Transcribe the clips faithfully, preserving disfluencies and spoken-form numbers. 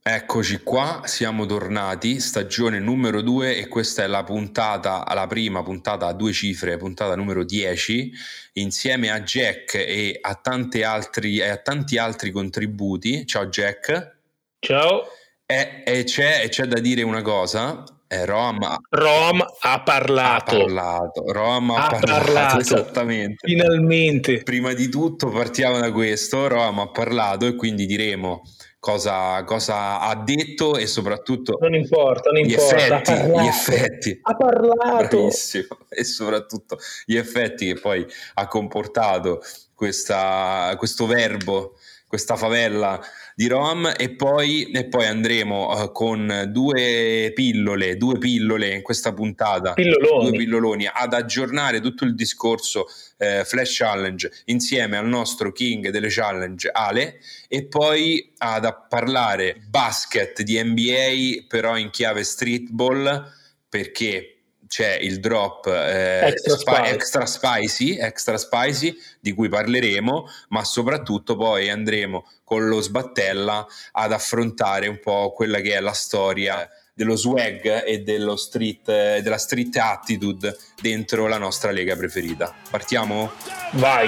Eccoci qua, siamo tornati, stagione numero due e questa è la puntata, la prima puntata a due cifre, puntata numero dieci, insieme a Jack e a, tante altri, e a tanti altri contributi. Ciao Jack. Ciao. E, e, c'è, e c'è da dire una cosa, eh, Roam ha, Rom ha parlato. ha parlato, Roam ha, Ha parlato, parlato. esattamente. Finalmente. Prima di tutto partiamo da questo, Roam ha parlato e quindi diremo cosa, cosa ha detto e soprattutto Non importa, non gli importa. effetti, Ha parlato. gli effetti, Ha parlato. bravissimo, e soprattutto gli effetti che poi ha comportato questa, questo verbo, questa favella di Roam. E poi, e poi andremo uh, con due pillole, due pillole in questa puntata, Pilloloni. due pilloloni ad aggiornare tutto il discorso eh, Flash Challenge insieme al nostro king delle challenge Ale, e poi ad a parlare basket di N B A però in chiave streetball, perché c'è il drop eh, Extra spi- spicy. extra spicy extra spicy di cui parleremo, ma soprattutto poi andremo con lo sbattella ad affrontare un po' quella che è la storia dello swag e dello street, della street attitude dentro la nostra lega preferita. Partiamo? Vai.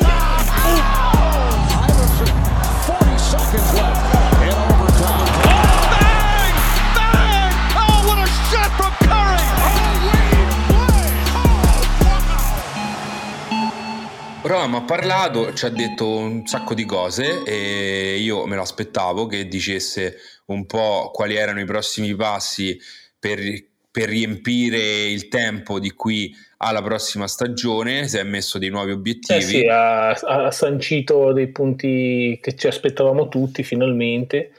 Roam ha parlato, ci ha detto un sacco di cose e io me lo aspettavo che dicesse un po' quali erano i prossimi passi per, per riempire il tempo di qui alla prossima stagione. Si è messo dei nuovi obiettivi. Eh sì, ha, ha sancito dei punti che ci aspettavamo tutti finalmente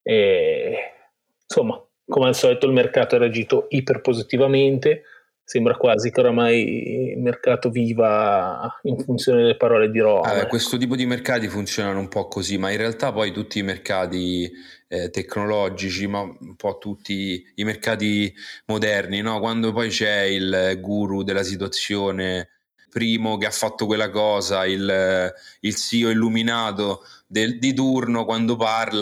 e insomma, come al solito il mercato ha reagito iperpositivamente. Sembra quasi che oramai il mercato viva in funzione delle parole di Roam. Ah, ecco. Questo tipo di mercati funzionano un po' così, ma in realtà poi tutti i mercati eh, tecnologici, ma un po' tutti i mercati moderni, no? Quando poi c'è il guru della situazione, primo che ha fatto quella cosa, il, il C E O illuminato del, di turno, quando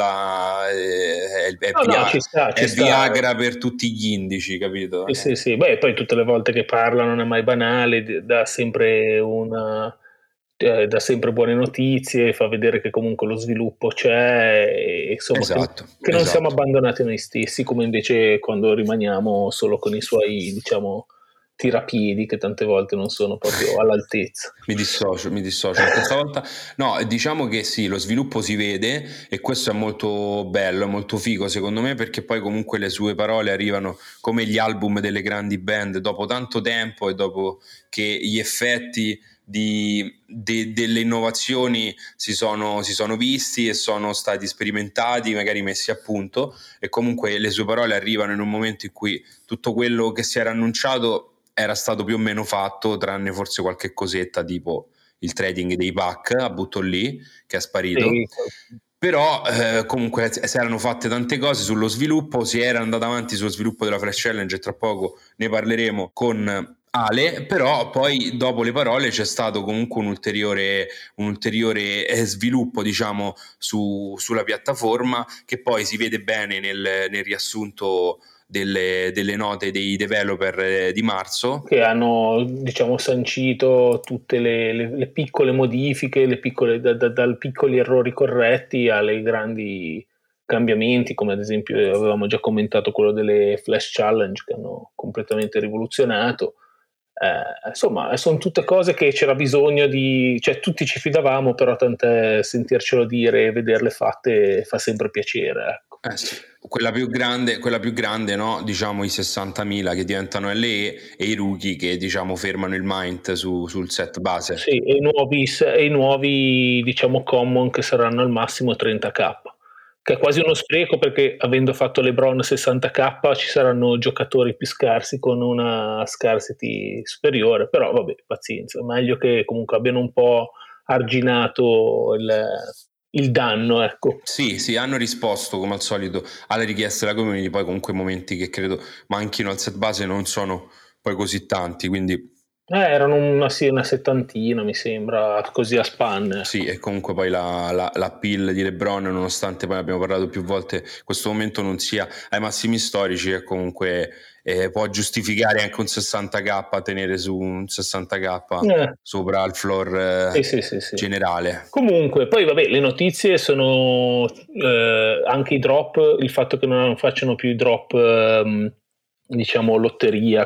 parla eh, è, è, No, via, no, ci sta, ci è sta. Viagra per tutti gli indici, capito? Sì, sì, sì. Beh, poi tutte le volte che parla non è mai banale, d- dà sempre una, eh, dà sempre buone notizie, fa vedere che comunque lo sviluppo c'è, e, insomma, che, Esatto, che non siamo esatto. abbandonati noi stessi, come invece quando rimaniamo solo con i suoi, diciamo, tirapiedi, che tante volte non sono proprio all'altezza. Mi dissocio, mi dissocio. Questa volta no, diciamo che sì, lo sviluppo si vede e questo è molto bello, è molto figo secondo me, perché poi comunque le sue parole arrivano come gli album delle grandi band dopo tanto tempo e dopo che gli effetti di, de, delle innovazioni si sono, si sono visti e sono stati sperimentati, magari messi a punto, e comunque le sue parole arrivano in un momento in cui tutto quello che si era annunciato era stato più o meno fatto, tranne forse qualche cosetta tipo il trading dei pack, a butto lì, che è sparito. Sì. Però eh, comunque si erano fatte tante cose sullo sviluppo, si era andato avanti sullo sviluppo della Flash Challenge e tra poco ne parleremo con Ale, però poi dopo le parole c'è stato comunque un ulteriore, un ulteriore eh, sviluppo, diciamo, su, sulla piattaforma, che poi si vede bene nel, nel riassunto delle, delle note dei developer eh, di marzo, che hanno, diciamo, sancito tutte le, le, le piccole modifiche, le piccole, da, da, dal piccoli errori corretti alle grandi cambiamenti, come ad esempio avevamo già commentato quello delle Flash Challenge, che hanno completamente rivoluzionato. Eh, insomma, sono tutte cose che c'era bisogno di, cioè tutti ci fidavamo, però tant'è sentircelo dire e vederle fatte fa sempre piacere, ecco. Eh sì. Quella più grande, quella più grande, no? Diciamo i sessantamila che diventano L E e i rookie che, diciamo, fermano il Mind su, sul set base. Sì, e i nuovi, e i nuovi, diciamo, common che saranno al massimo trenta k, che è quasi uno spreco, perché avendo fatto LeBron sessanta k ci saranno giocatori più scarsi con una scarcity superiore, però vabbè, pazienza, meglio che comunque abbiano un po' arginato il, il danno, ecco. Sì, sì, hanno risposto come al solito alle richieste della community, poi comunque i momenti che credo manchino al set base non sono poi così tanti, quindi Eh, erano una, sì, una settantina, mi sembra, così a spanne. Sì, e comunque poi la, la, la pill di LeBron, nonostante poi abbiamo parlato più volte, in questo momento non sia ai massimi storici, e comunque eh, può giustificare anche un sessanta K, tenere su un sessanta K Eh. sopra il floor eh, Sì, sì, sì, sì. generale. Comunque, poi vabbè, le notizie sono eh, anche i drop, il fatto che non facciano più i drop, ehm, diciamo, lotteria,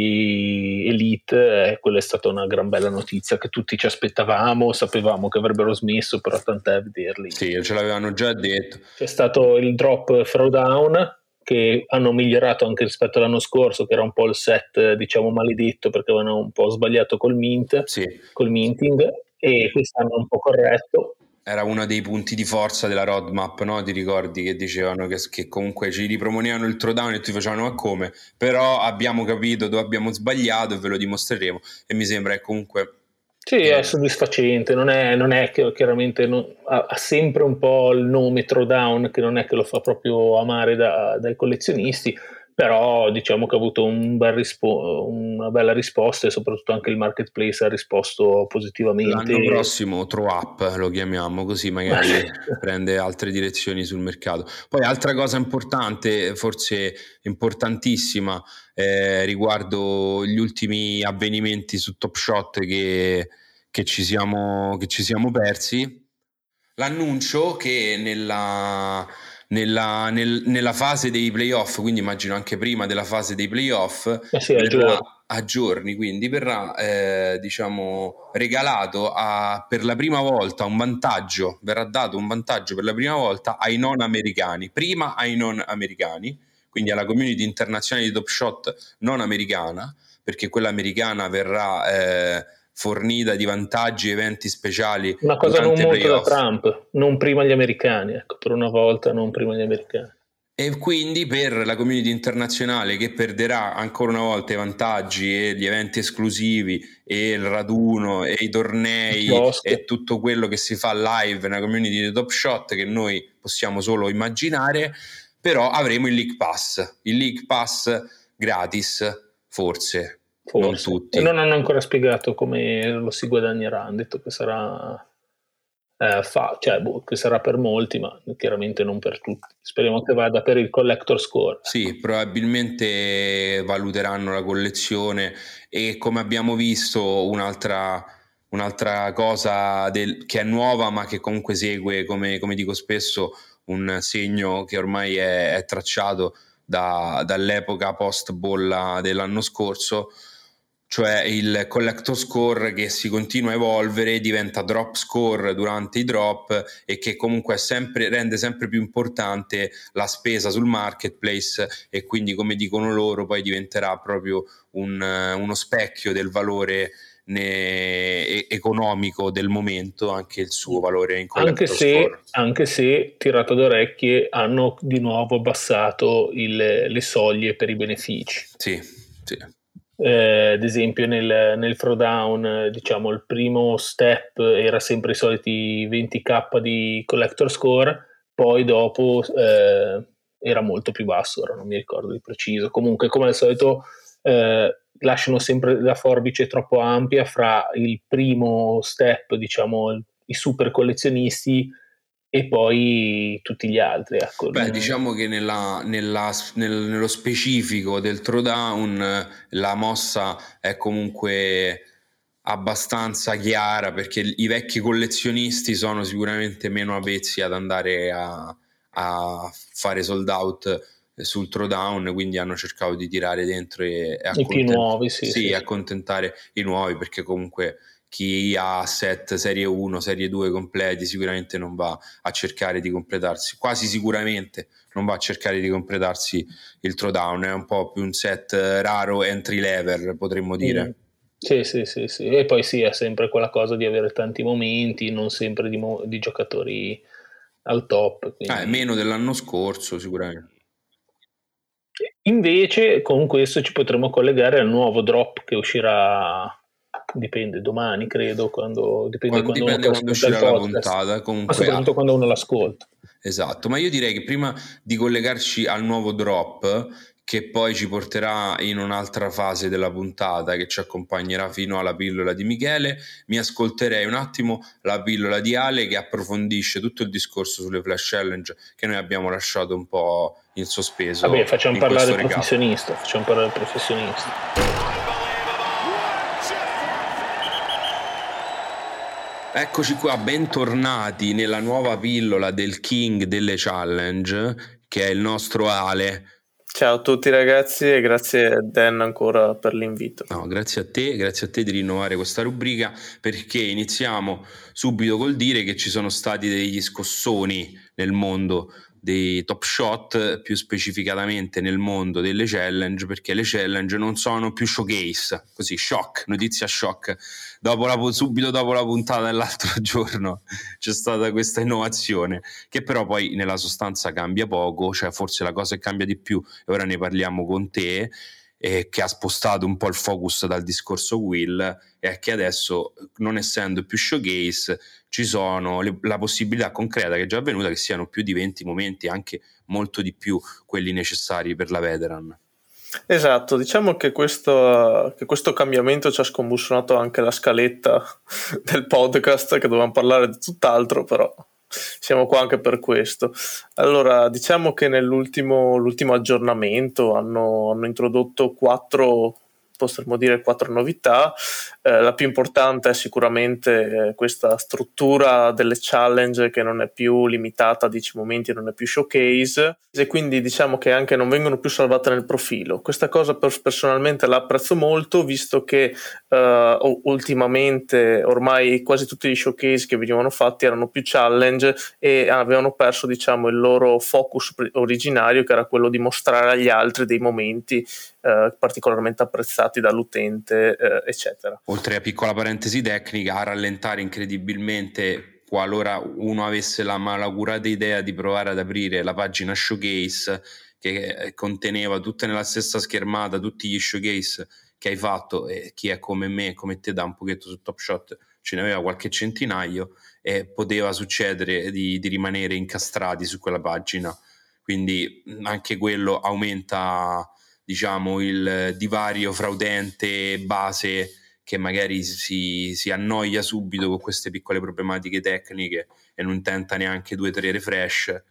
quelli elite, eh, quella è stata una gran bella notizia che tutti ci aspettavamo, sapevamo che avrebbero smesso, però tant'è vederli. Sì, ce l'avevano già detto. C'è stato il drop Throwdown, che hanno migliorato anche rispetto all'anno scorso, che era un po' il set, diciamo, maledetto, perché avevano un po' sbagliato col mint, Sì. col minting, e quest'anno un po' corretto. Era uno dei punti di forza della roadmap, no? Ti ricordi che dicevano che, che comunque ci riproponevano il throwdown e ti facevano ma come? Però abbiamo capito dove abbiamo sbagliato e ve lo dimostreremo, e mi sembra che comunque... Sì, eh, è soddisfacente, non è, non è che chiaramente non, ha, ha sempre un po' il nome Throwdown, che non è che lo fa proprio amare da, dai collezionisti, però diciamo che ha avuto un bel rispo- una bella risposta, e soprattutto anche il marketplace ha risposto positivamente. L'anno prossimo Throw Up lo chiamiamo, così magari prende altre direzioni sul mercato. Poi altra cosa importante, forse importantissima, eh, riguardo gli ultimi avvenimenti su Top Shot che, che, ci siamo, che ci siamo persi, l'annuncio che nella... Nella, nel, nella fase dei playoff, quindi immagino anche prima della fase dei playoff, eh sì, verrà a giorni, quindi verrà eh, diciamo regalato a, per la prima volta un vantaggio, verrà dato un vantaggio per la prima volta ai non americani, prima ai non americani, quindi alla community internazionale di Top Shot non americana, perché quella americana verrà eh, fornita di vantaggi e eventi speciali. Una cosa non molto playoff. da Trump, non prima gli americani, ecco, per una volta non prima gli americani. E quindi per la community internazionale, che perderà ancora una volta i vantaggi e gli eventi esclusivi e il raduno e i tornei e tutto quello che si fa live nella community di Top Shot, che noi possiamo solo immaginare, però avremo il League Pass, il League Pass gratis, forse, forse. Non tutti. E non hanno ancora spiegato come lo si guadagnerà, hanno detto che sarà... Eh, fa, cioè, boh, che sarà per molti, ma chiaramente non per tutti. Speriamo che vada per il collector score. Sì, probabilmente valuteranno la collezione, e come abbiamo visto un'altra, un'altra cosa del, che è nuova ma che comunque segue, come, come dico spesso, un segno che ormai è, è tracciato da, dall'epoca post bolla dell'anno scorso, cioè il collector score che si continua a evolvere, diventa drop score durante i drop, e che comunque è sempre, rende sempre più importante la spesa sul marketplace, e quindi, come dicono loro, poi diventerà proprio un, uno specchio del valore ne, economico del momento, anche il suo valore in collector anche se, score. Anche se, tirato d'orecchie, hanno di nuovo abbassato il, le soglie per i benefici. Sì, sì. Eh, ad esempio nel, nel throwdown, diciamo, il primo step era sempre i soliti venti K di collector score, poi dopo eh, era molto più basso, ora non mi ricordo di preciso. Comunque, come al solito, eh, lasciano sempre la forbice troppo ampia fra il primo step, diciamo, il, i super collezionisti, e poi tutti gli altri. Ecco. Beh, diciamo che nella, nella, nel, nello specifico del throwdown la mossa è comunque abbastanza chiara, perché i vecchi collezionisti sono sicuramente meno avvezzi ad andare a, a fare sold out sul throwdown, quindi hanno cercato di tirare dentro e, e i più nuovi, sì, sì, sì, accontentare i nuovi, perché comunque chi ha set serie uno, serie due completi sicuramente non va a cercare di completarsi, quasi sicuramente non va a cercare di completarsi il throwdown, è un po' più un set raro, entry level, potremmo dire. Mm. Sì, sì, sì, sì. E poi sì, è sempre quella cosa di avere tanti momenti, non sempre di, mo- di giocatori al top. Quindi... Eh, meno dell'anno scorso sicuramente. Invece con questo ci potremo collegare al nuovo drop che uscirà, dipende, domani credo, quando, dipende quando, quando dipende uno quando uscirà il la puntata, comunque, ma soprattutto ah, quando uno l'ascolta. Esatto, ma io direi che prima di collegarci al nuovo drop, che poi ci porterà in un'altra fase della puntata che ci accompagnerà fino alla pillola di Michele. Mi ascolterei un attimo la pillola di Ale che approfondisce tutto il discorso sulle flash challenge che noi abbiamo lasciato un po' in sospeso. Vabbè, facciamo in parlare il recap. professionista, facciamo parlare il professionista. Eccoci qua, bentornati nella nuova pillola del King delle Challenge, che è il nostro Ale. Ciao a tutti ragazzi e grazie Dan ancora per l'invito. No, grazie a te, grazie a te di rinnovare questa rubrica, perché iniziamo subito col dire che ci sono stati degli scossoni nel mondo dei Top Shot, più specificatamente nel mondo delle challenge, perché le challenge non sono più showcase, così shock, notizia shock. Dopo la, subito dopo la puntata dell'altro giorno c'è stata questa innovazione che però poi nella sostanza cambia poco, cioè forse la cosa che cambia di più, e ora ne parliamo con te, eh, che ha spostato un po' il focus dal discorso Will, è che adesso, non essendo più showcase, ci sono le, la possibilità concreta che è già avvenuta che siano più di venti momenti, anche molto di più quelli necessari per la veteran. Esatto, diciamo che questo, che questo cambiamento ci ha scombussonato anche la scaletta del podcast, che dovevamo parlare di tutt'altro, però siamo qua anche per questo. Allora, diciamo che nell'ultimo l'ultimo aggiornamento hanno, hanno introdotto quattro, potremmo dire quattro novità. Eh, la più importante è sicuramente eh, questa struttura delle challenge che non è più limitata a dieci momenti, non è più showcase, e quindi diciamo che anche non vengono più salvate nel profilo. Questa cosa per, personalmente la apprezzo molto, visto che eh, ultimamente ormai quasi tutti gli showcase che venivano fatti erano più challenge e avevano perso, diciamo, il loro focus originario, che era quello di mostrare agli altri dei momenti eh, particolarmente apprezzati dall'utente, eh, eccetera. Oltre a piccola parentesi tecnica, a rallentare incredibilmente qualora uno avesse la malacurata idea di provare ad aprire la pagina showcase, che conteneva tutte nella stessa schermata tutti gli showcase che hai fatto, e chi è come me, come te da un pochetto su Top Shot ce ne aveva qualche centinaio, e poteva succedere di, di rimanere incastrati su quella pagina, quindi anche quello aumenta, diciamo, il divario fra utente base che magari si, si annoia subito con queste piccole problematiche tecniche e non tenta neanche due o tre refresh,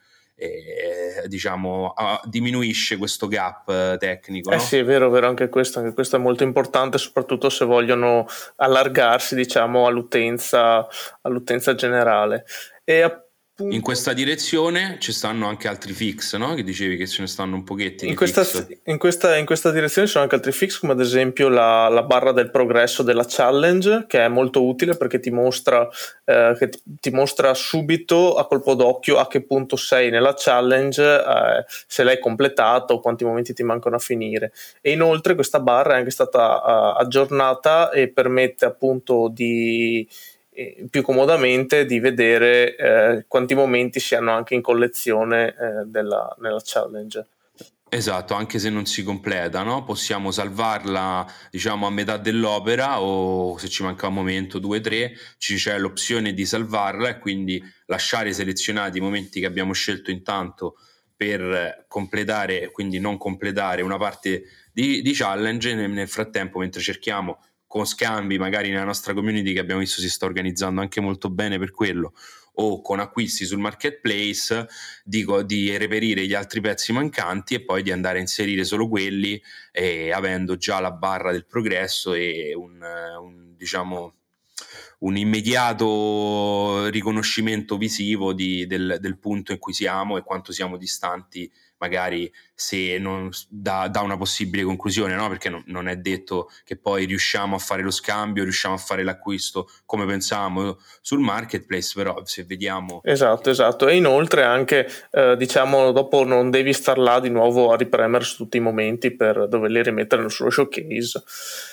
e diciamo uh, diminuisce questo gap tecnico. Eh no? sì, è vero, è vero anche questo, anche questo è molto importante, soprattutto se vogliono allargarsi, diciamo, all'utenza, all'utenza generale. E appunto in questa direzione ci stanno anche altri fix, no? Che dicevi che ce ne stanno un pochetti in di questa, fix. In questa, in questa direzione ci sono anche altri fix, come ad esempio la, la barra del progresso della challenge, che è molto utile perché ti mostra, eh, che ti, ti mostra subito a colpo d'occhio a che punto sei nella challenge, eh, se l'hai completata o quanti momenti ti mancano a finire. E inoltre questa barra è anche stata uh, aggiornata e permette appunto di più comodamente di vedere eh, quanti momenti si hanno anche in collezione eh, della, nella challenge. Esatto, anche se non si completa, no? Possiamo salvarla, diciamo, a metà dell'opera, o se ci manca un momento, due, tre, ci c'è l'opzione di salvarla e quindi lasciare selezionati i momenti che abbiamo scelto intanto per completare, quindi non completare una parte di, di challenge. Nel frattempo, mentre cerchiamo con scambi magari nella nostra community, che abbiamo visto si sta organizzando anche molto bene per quello, o con acquisti sul marketplace, dico di reperire gli altri pezzi mancanti e poi di andare a inserire solo quelli, e avendo già la barra del progresso e un, un diciamo un immediato riconoscimento visivo di, del, del punto in cui siamo e quanto siamo distanti magari se non da, da una possibile conclusione, no? Perché non, non è detto che poi riusciamo a fare lo scambio, riusciamo a fare l'acquisto come pensavamo sul marketplace, però se vediamo... Esatto, esatto. E inoltre anche, eh, diciamo, dopo non devi star là di nuovo a ripremere su tutti i momenti per doverli rimettere sullo showcase.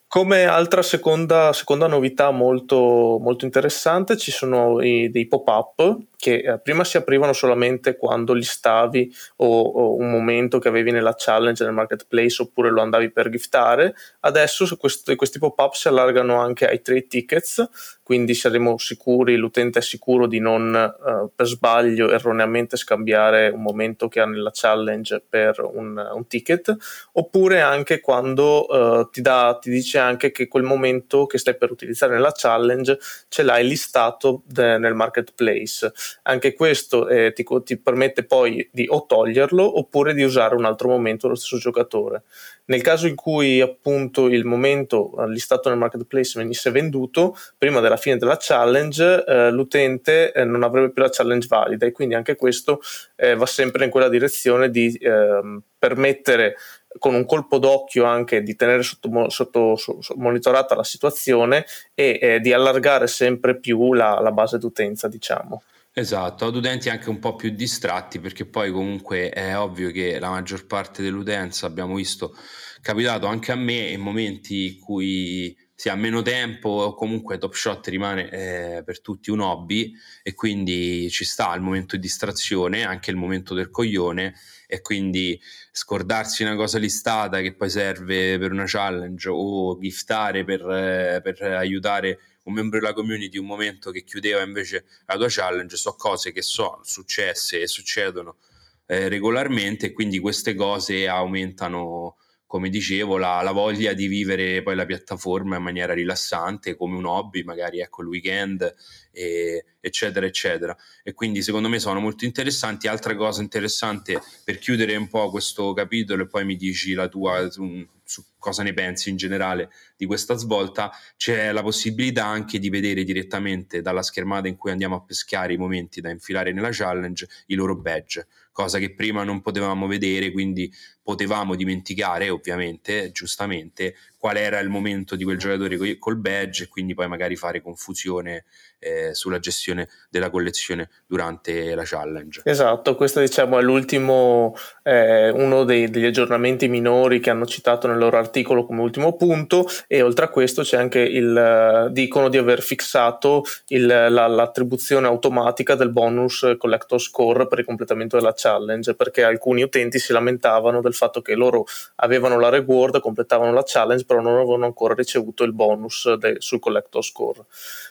Come altra seconda, seconda novità molto, molto interessante, ci sono i, dei pop-up che eh, prima si aprivano solamente quando listavi o, o un momento che avevi nella challenge nel marketplace oppure lo andavi per giftare. Adesso questi, questi pop-up si allargano anche ai trade tickets, quindi saremo sicuri, l'utente è sicuro di non eh, per sbaglio erroneamente scambiare un momento che ha nella challenge per un, un ticket, oppure anche quando eh, ti, dà, ti dice anche che quel momento che stai per utilizzare nella challenge ce l'hai listato de, nel marketplace. Anche questo eh, ti, ti permette poi di o toglierlo oppure di usare un altro momento dello stesso giocatore. Nel caso in cui appunto il momento listato nel marketplace venisse venduto prima della fine della challenge, eh, l'utente eh, non avrebbe più la challenge valida, e quindi anche questo eh, va sempre in quella direzione di eh, permettere con un colpo d'occhio anche di tenere sotto, sotto, sotto monitorata la situazione e eh, di allargare sempre più la, la base d'utenza, diciamo. Esatto, ad utenti anche un po' più distratti, perché poi comunque è ovvio che la maggior parte dell'utenza, abbiamo visto, capitato anche a me in momenti in cui si ha meno tempo o comunque Top Shot rimane eh, per tutti un hobby, e quindi ci sta il momento di distrazione, anche il momento del coglione, e quindi scordarsi una cosa listata che poi serve per una challenge o giftare per, eh, per aiutare un membro della community un momento che chiudeva invece la tua challenge, so cose che sono successe e succedono eh, regolarmente, e quindi queste cose aumentano, come dicevo, la, la voglia di vivere poi la piattaforma in maniera rilassante, come un hobby, magari ecco il weekend, e, eccetera eccetera. E quindi secondo me sono molto interessanti. Altra cosa interessante per chiudere un po' questo capitolo, e poi mi dici la tua su, su cosa ne pensi in generale di questa svolta, c'è la possibilità anche di vedere direttamente dalla schermata in cui andiamo a pescare i momenti da infilare nella challenge i loro badge, cosa che prima non potevamo vedere, quindi potevamo dimenticare ovviamente, giustamente, qual era il momento di quel giocatore col badge, e quindi poi magari fare confusione eh, sulla gestione della collezione durante la challenge. Esatto, questo diciamo è l'ultimo, eh, uno dei, degli aggiornamenti minori che hanno citato nel loro articolo come ultimo punto, e oltre a questo c'è anche il, dicono di aver fissato il, la, l'attribuzione automatica del bonus collector score per il completamento della challenge, perché alcuni utenti si lamentavano del fatto che loro avevano la reward, completavano la challenge, però non avevano ancora ricevuto il bonus de, sul collector score.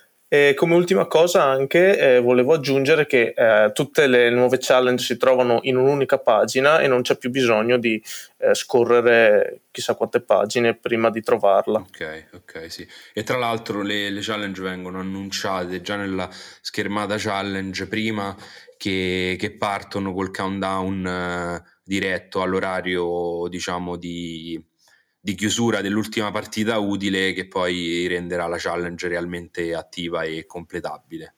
E come ultima cosa anche eh, volevo aggiungere che eh, tutte le nuove challenge si trovano in un'unica pagina e non c'è più bisogno di eh, scorrere chissà quante pagine prima di trovarla. Ok, ok, sì. E tra l'altro le, le challenge vengono annunciate già nella schermata challenge prima che, che partono col countdown eh, diretto all'orario, diciamo, di di chiusura dell'ultima partita utile, che poi renderà la challenge realmente attiva e completabile.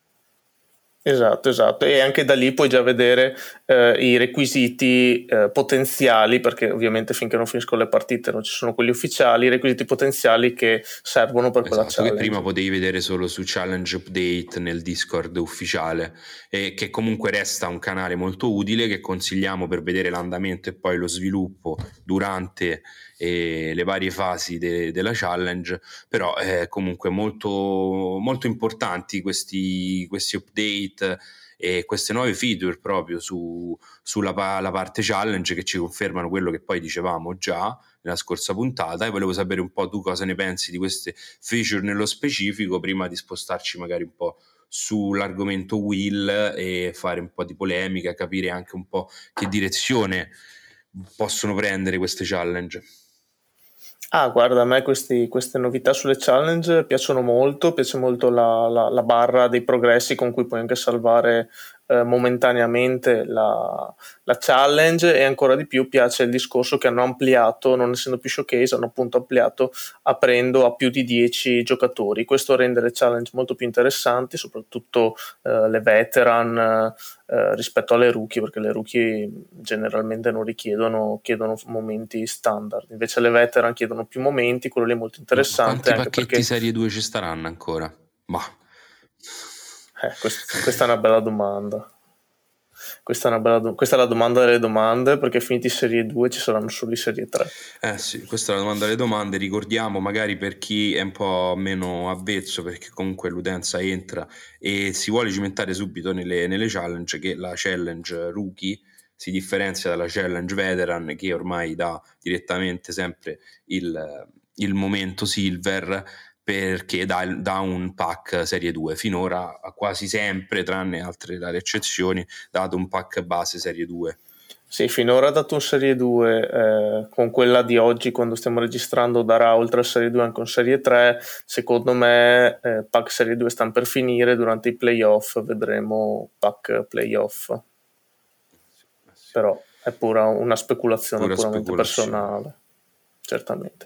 Esatto, esatto, e anche da lì puoi già vedere eh, i requisiti eh, potenziali, perché ovviamente finché non finiscono le partite non ci sono quelli ufficiali, i requisiti potenziali che servono per quella esatto, challenge. Che prima potevi vedere solo su Challenge Update nel Discord ufficiale, e che comunque resta un canale molto utile che consigliamo per vedere l'andamento e poi lo sviluppo durante eh, le varie fasi de- della challenge, però è comunque molto, molto importanti questi, questi update e queste nuove feature proprio su, sulla pa- la parte challenge, che ci confermano quello che poi dicevamo già nella scorsa puntata. E volevo sapere un po' tu cosa ne pensi di queste feature nello specifico, prima di spostarci magari un po' sull'argomento Will e fare un po' di polemica, capire anche un po' che direzione possono prendere queste challenge. Ah, guarda, a me questi, queste novità sulle challenge piacciono molto, piace molto la, la, la barra dei progressi con cui puoi anche salvare eh, momentaneamente la, la challenge, e ancora di più piace il discorso che hanno ampliato, non essendo più showcase, hanno appunto ampliato aprendo a più di dieci giocatori. Questo rende le challenge molto più interessanti, soprattutto eh, le veteran eh, rispetto alle rookie, perché le rookie generalmente non richiedono chiedono momenti standard, invece le veteran chiedono più momenti. Quello lì è molto interessante. Ma quanti anche pacchetti perché serie due ci staranno ancora? Bah. Eh, quest- questa è una bella domanda. Questa è, una bella do- questa è la domanda delle domande, perché finiti serie due ci saranno solo i serie tre. Eh sì, questa è la domanda delle domande. Ricordiamo, magari per chi è un po' meno avvezzo, perché comunque l'utenza entra e si vuole cimentare subito nelle, nelle challenge, che la challenge rookie si differenzia dalla challenge veteran, che ormai dà direttamente sempre il, il momento silver, perché dà, dà un pack serie due. Finora ha quasi sempre, tranne altre rare eccezioni, dato un pack base serie due. Sì, finora ha dato un serie due, eh, con quella di oggi quando stiamo registrando darà oltre a serie due anche un serie tre. Secondo me eh, pack serie due stanno per finire, durante i playoff vedremo pack playoff, però è pura una speculazione Pura puramente speculazione. personale, certamente.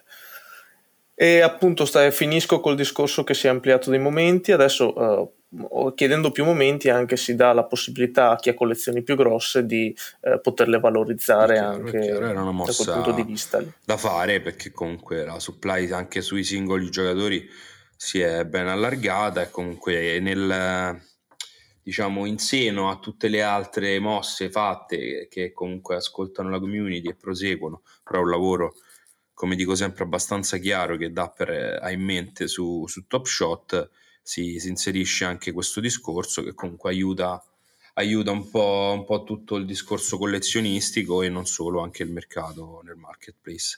E appunto sta, finisco col discorso che si è ampliato dei momenti. Adesso uh, chiedendo più momenti anche si dà la possibilità a chi ha collezioni più grosse di uh, poterle valorizzare, chiaro, anche era una mossa da quel punto di vista lì. Da fare, perché comunque la supply anche sui singoli giocatori si è ben allargata e comunque nel, diciamo, in seno a tutte le altre mosse fatte che comunque ascoltano la community e proseguono, però è un lavoro, come dico sempre, abbastanza chiaro, che dà per ha in mente su, su Top Shot. Si, si inserisce anche questo discorso che comunque aiuta aiuta un po', un po' tutto il discorso collezionistico e non solo, anche il mercato nel marketplace.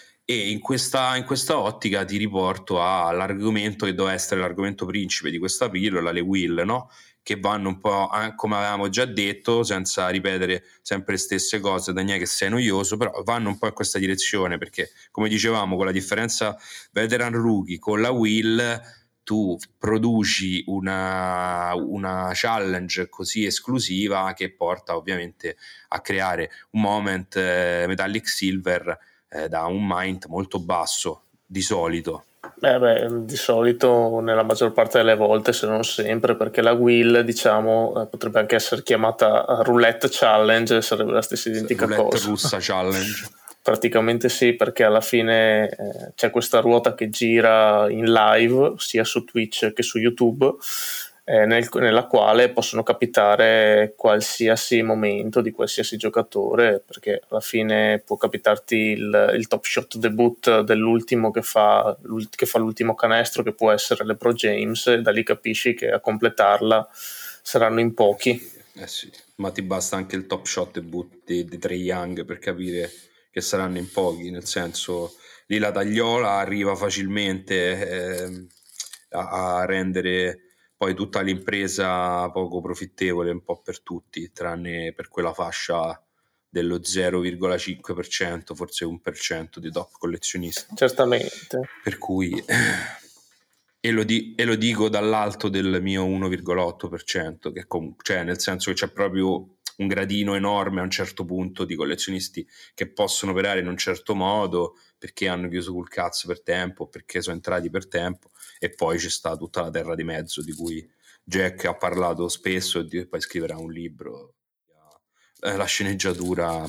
E in questa, in questa ottica ti riporto all'argomento che doveva essere l'argomento principe di questa pillola, le will, no? Che vanno un po', come avevamo già detto, senza ripetere sempre le stesse cose, Daniele, che sei noioso, però vanno un po' in questa direzione, perché come dicevamo, con la differenza veteran rookie con la will, tu produci una, una challenge così esclusiva che porta ovviamente a creare un moment eh, Metallic Silver eh, da un mind molto basso di solito. Eh beh, di solito nella maggior parte delle volte, se non sempre, perché la will, diciamo, potrebbe anche essere chiamata roulette challenge, sarebbe la stessa identica roulette cosa. russa challenge. Praticamente sì, perché alla fine eh, c'è questa ruota che gira in live sia su Twitch che su YouTube, eh, nel, nella quale possono capitare qualsiasi momento di qualsiasi giocatore, perché alla fine può capitarti il, il top shot debut dell'ultimo che fa, che fa l'ultimo canestro, che può essere LeBron James, e da lì capisci che a completarla saranno in pochi. Eh sì, ma ti basta anche il top shot debut di, di Trae Young per capire che saranno in pochi, nel senso lì la tagliola arriva facilmente eh, a, a rendere poi tutta l'impresa poco profittevole un po' per tutti, tranne per quella fascia dello zero virgola cinque per cento, forse un per cento di top collezionisti. Certamente. Per cui e lo, di, e lo dico dall'alto del mio uno virgola otto per cento, che com- cioè nel senso che c'è proprio un gradino enorme a un certo punto di collezionisti che possono operare in un certo modo perché hanno chiuso col cazzo per tempo, perché sono entrati per tempo, e poi c'è sta tutta la terra di mezzo di cui Jack ha parlato spesso e di, poi scriverà un libro, eh, la sceneggiatura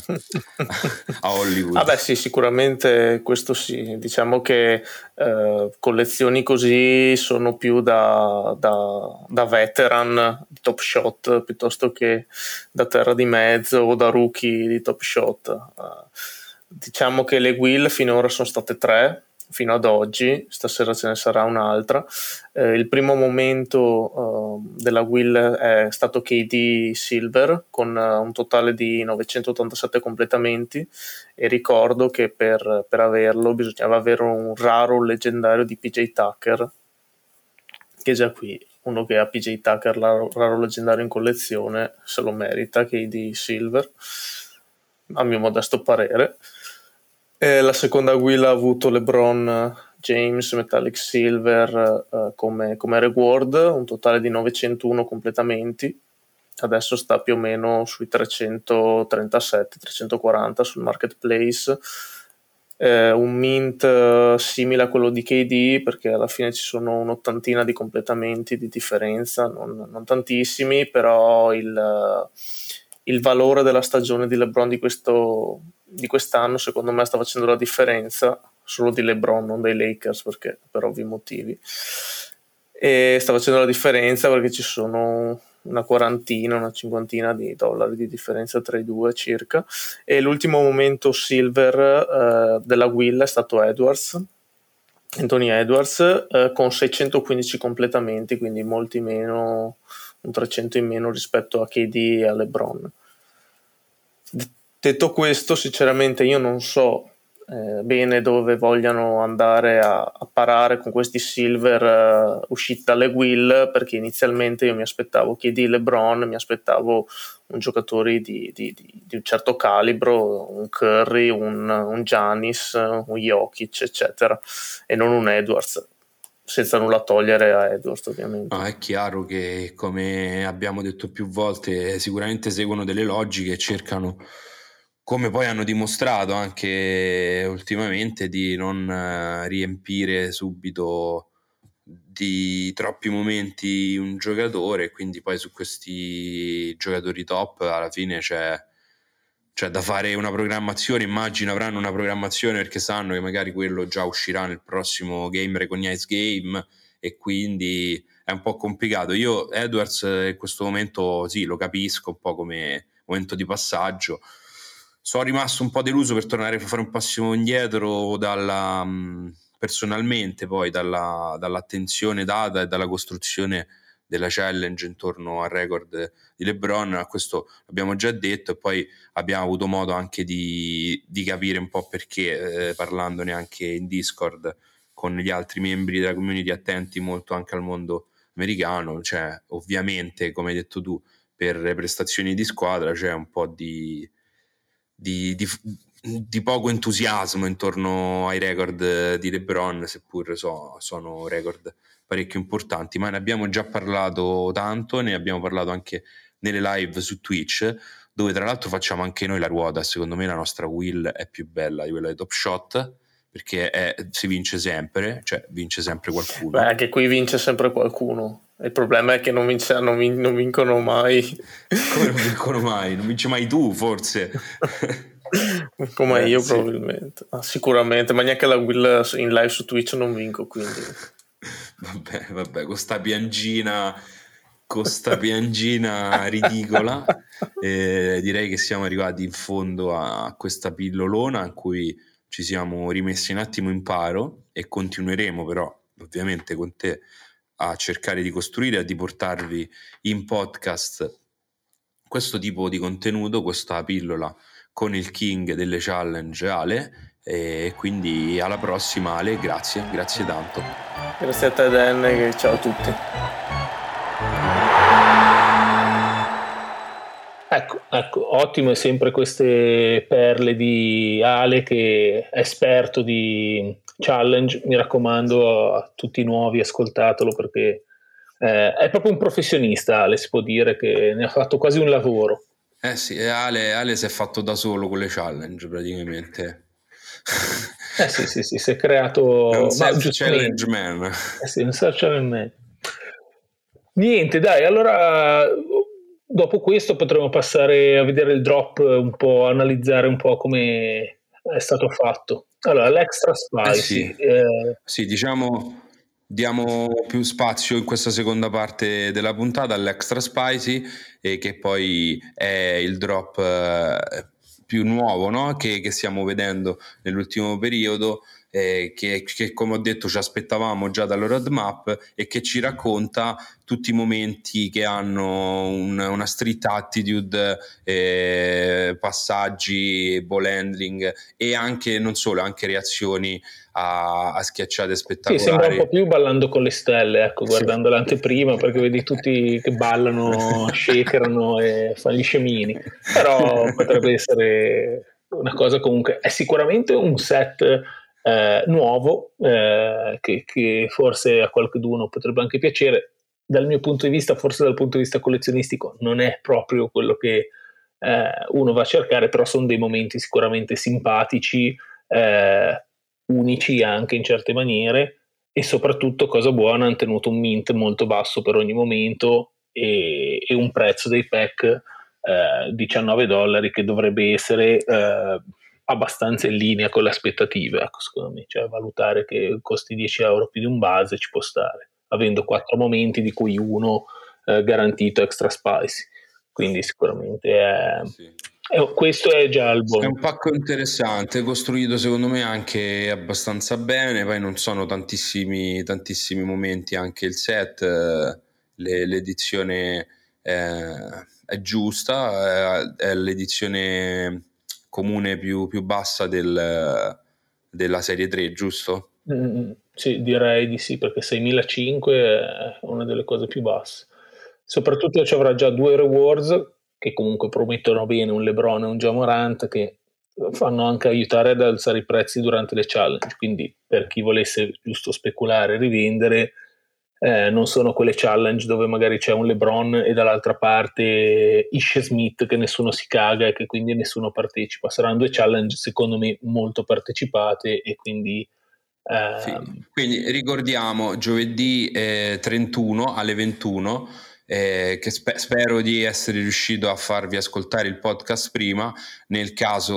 a Hollywood. Ah beh sì, sicuramente questo sì, diciamo che eh, collezioni così sono più da, da, da veteran di Top Shot piuttosto che da terra di mezzo o da rookie di Top Shot. Uh, diciamo che le will finora sono state tre fino ad oggi, stasera ce ne sarà un'altra. Eh, il primo momento uh, della will è stato K D Silver con uh, un totale di novecentottantasette completamenti, e ricordo che per, per averlo bisognava avere un raro un leggendario di P J Tucker, che già qui uno che ha P J Tucker raro, raro leggendario in collezione se lo merita, K D Silver, a mio modesto parere. E la seconda will ha avuto LeBron James Metallic Silver uh, come, come reward, un totale di novecentouno completamenti. Adesso sta più o meno sui trecentotrentasette trecentoquaranta sul marketplace. Eh, un mint uh, simile a quello di K D, perché alla fine ci sono un'ottantina di completamenti di differenza, non, non tantissimi, però il, uh, il valore della stagione di LeBron di questo di quest'anno secondo me sta facendo la differenza, solo di LeBron, non dei Lakers, perché per ovvi motivi, e sta facendo la differenza perché ci sono una quarantina, una cinquantina di dollari di differenza tra i due circa. E l'ultimo momento silver eh, della Will è stato Edwards, Anthony Edwards, eh, con seicentoquindici completamenti, quindi molti meno, un trecento in meno rispetto a K D e a LeBron. Detto questo, sinceramente io non so eh, bene dove vogliano andare a, a parare con questi silver uh, usciti dalle Will, perché inizialmente io mi aspettavo K D, LeBron, mi aspettavo un giocatore di, di, di, di un certo calibro, un Curry, un, un Giannis, un Jokic, eccetera, e non un Edwards, senza nulla togliere a Edwards ovviamente. No, è chiaro che, come abbiamo detto più volte, sicuramente seguono delle logiche e cercano, come poi hanno dimostrato anche ultimamente, di non uh, riempire subito di troppi momenti un giocatore, quindi poi su questi giocatori top alla fine c'è, c'è da fare una programmazione. Immagino avranno una programmazione perché sanno che magari quello già uscirà nel prossimo Game Recognize Game e quindi è un po' complicato. Io Edwards in questo momento sì, lo capisco un po' come momento di passaggio. Sono rimasto un po' deluso, per tornare a fare un passo indietro, dalla, personalmente poi dalla, dall'attenzione data e dalla costruzione della challenge intorno al record di LeBron. A questo abbiamo già detto, e poi abbiamo avuto modo anche di, di capire un po' perché, eh, parlandone anche in Discord con gli altri membri della community attenti molto anche al mondo americano. Cioè, ovviamente, come hai detto tu, per le prestazioni di squadra c'è un po' di Di, di, di poco entusiasmo intorno ai record di LeBron, seppur so, sono record parecchio importanti, ma ne abbiamo già parlato tanto, ne abbiamo parlato anche nelle live su Twitch, dove tra l'altro facciamo anche noi la ruota. Secondo me la nostra Will è più bella di quella di Top Shot, perché è, si vince sempre, cioè vince sempre qualcuno. Beh, anche qui vince sempre qualcuno. Il problema è che non, vince, non, vin- non vincono mai. Come non vincono mai? Non vince mai tu, forse? Come eh, io, sì. probabilmente. Ah, sicuramente, ma neanche la Will in live su Twitch non vinco, quindi. Vabbè, vabbè, con sta piangina, con sta piangina ridicola, eh, direi che siamo arrivati in fondo a questa pillolona in cui ci siamo rimessi un attimo in paro, e continueremo però ovviamente con te a cercare di costruire, a di portarvi in podcast questo tipo di contenuto, questa pillola con il king delle challenge Ale, e quindi alla prossima Ale, grazie, grazie tanto. Grazie a te Dan, e ciao a tutti. Ecco, ecco, ottime sempre queste perle di Ale, che è esperto di challenge. Mi raccomando a tutti i nuovi, ascoltatelo, perché eh, è proprio un professionista Ale, si può dire che ne ha fatto quasi un lavoro. Eh sì, Ale, Ale si è fatto da solo con le challenge praticamente. Eh sì, sì, sì, si è creato... È un ma self-challenge giustamente. man. Eh sì, un self-challenge man. Niente, dai, allora dopo questo potremo passare a vedere il drop, un po', analizzare un po' come è stato fatto. Allora, l'extra spicy. Eh sì. Eh, sì, diciamo, diamo più spazio in questa seconda parte della puntata all'extra spicy, e che poi è il drop eh, più nuovo, no? che, che stiamo vedendo nell'ultimo periodo, eh, che, che come ho detto ci aspettavamo già dalla roadmap, e che ci racconta tutti i momenti che hanno un, una street attitude, eh, passaggi, ball handling, e anche non solo, anche reazioni a, a schiacciate spettacolari. Sì, sembra un po' più Ballando con le stelle, ecco, guardando sì. l'anteprima, perché vedi tutti che ballano, shakerano e fanno gli scemini. Però potrebbe essere una cosa, comunque è sicuramente un set eh, nuovo, eh, che, che forse a qualcuno potrebbe anche piacere. Dal mio punto di vista, forse dal punto di vista collezionistico, non è proprio quello che eh, uno va a cercare, però sono dei momenti sicuramente simpatici, eh, unici anche in certe maniere, e soprattutto, cosa buona, hanno tenuto un mint molto basso per ogni momento, e, e un prezzo dei pack eh, diciannove dollari, che dovrebbe essere eh, abbastanza in linea con le aspettative, ecco, secondo me. Cioè, valutare che costi dieci euro più di un base ci può stare, avendo quattro momenti di cui uno eh, garantito extra spicy, quindi sicuramente è, Sì. è, questo è già il buon. È un pacco interessante, costruito secondo me anche abbastanza bene, poi non sono tantissimi, tantissimi momenti anche il set, eh, le, l'edizione eh, è giusta, è, è l'edizione comune più, più bassa del, della serie tre, giusto? Mm, sì, direi di sì, perché seimilacinquecento è una delle cose più basse. Soprattutto ci avrà già due rewards che comunque promettono bene, un LeBron e un Ja Morant, che fanno anche aiutare ad alzare i prezzi durante le challenge, quindi per chi volesse giusto speculare e rivendere, eh, non sono quelle challenge dove magari c'è un LeBron e dall'altra parte Ish Smith che nessuno si caga e che quindi nessuno partecipa. Saranno due challenge secondo me molto partecipate e quindi eh, sì. Quindi ricordiamo giovedì eh, trentuno alle ventuno, eh, che spe- spero di essere riuscito a farvi ascoltare il podcast prima. Nel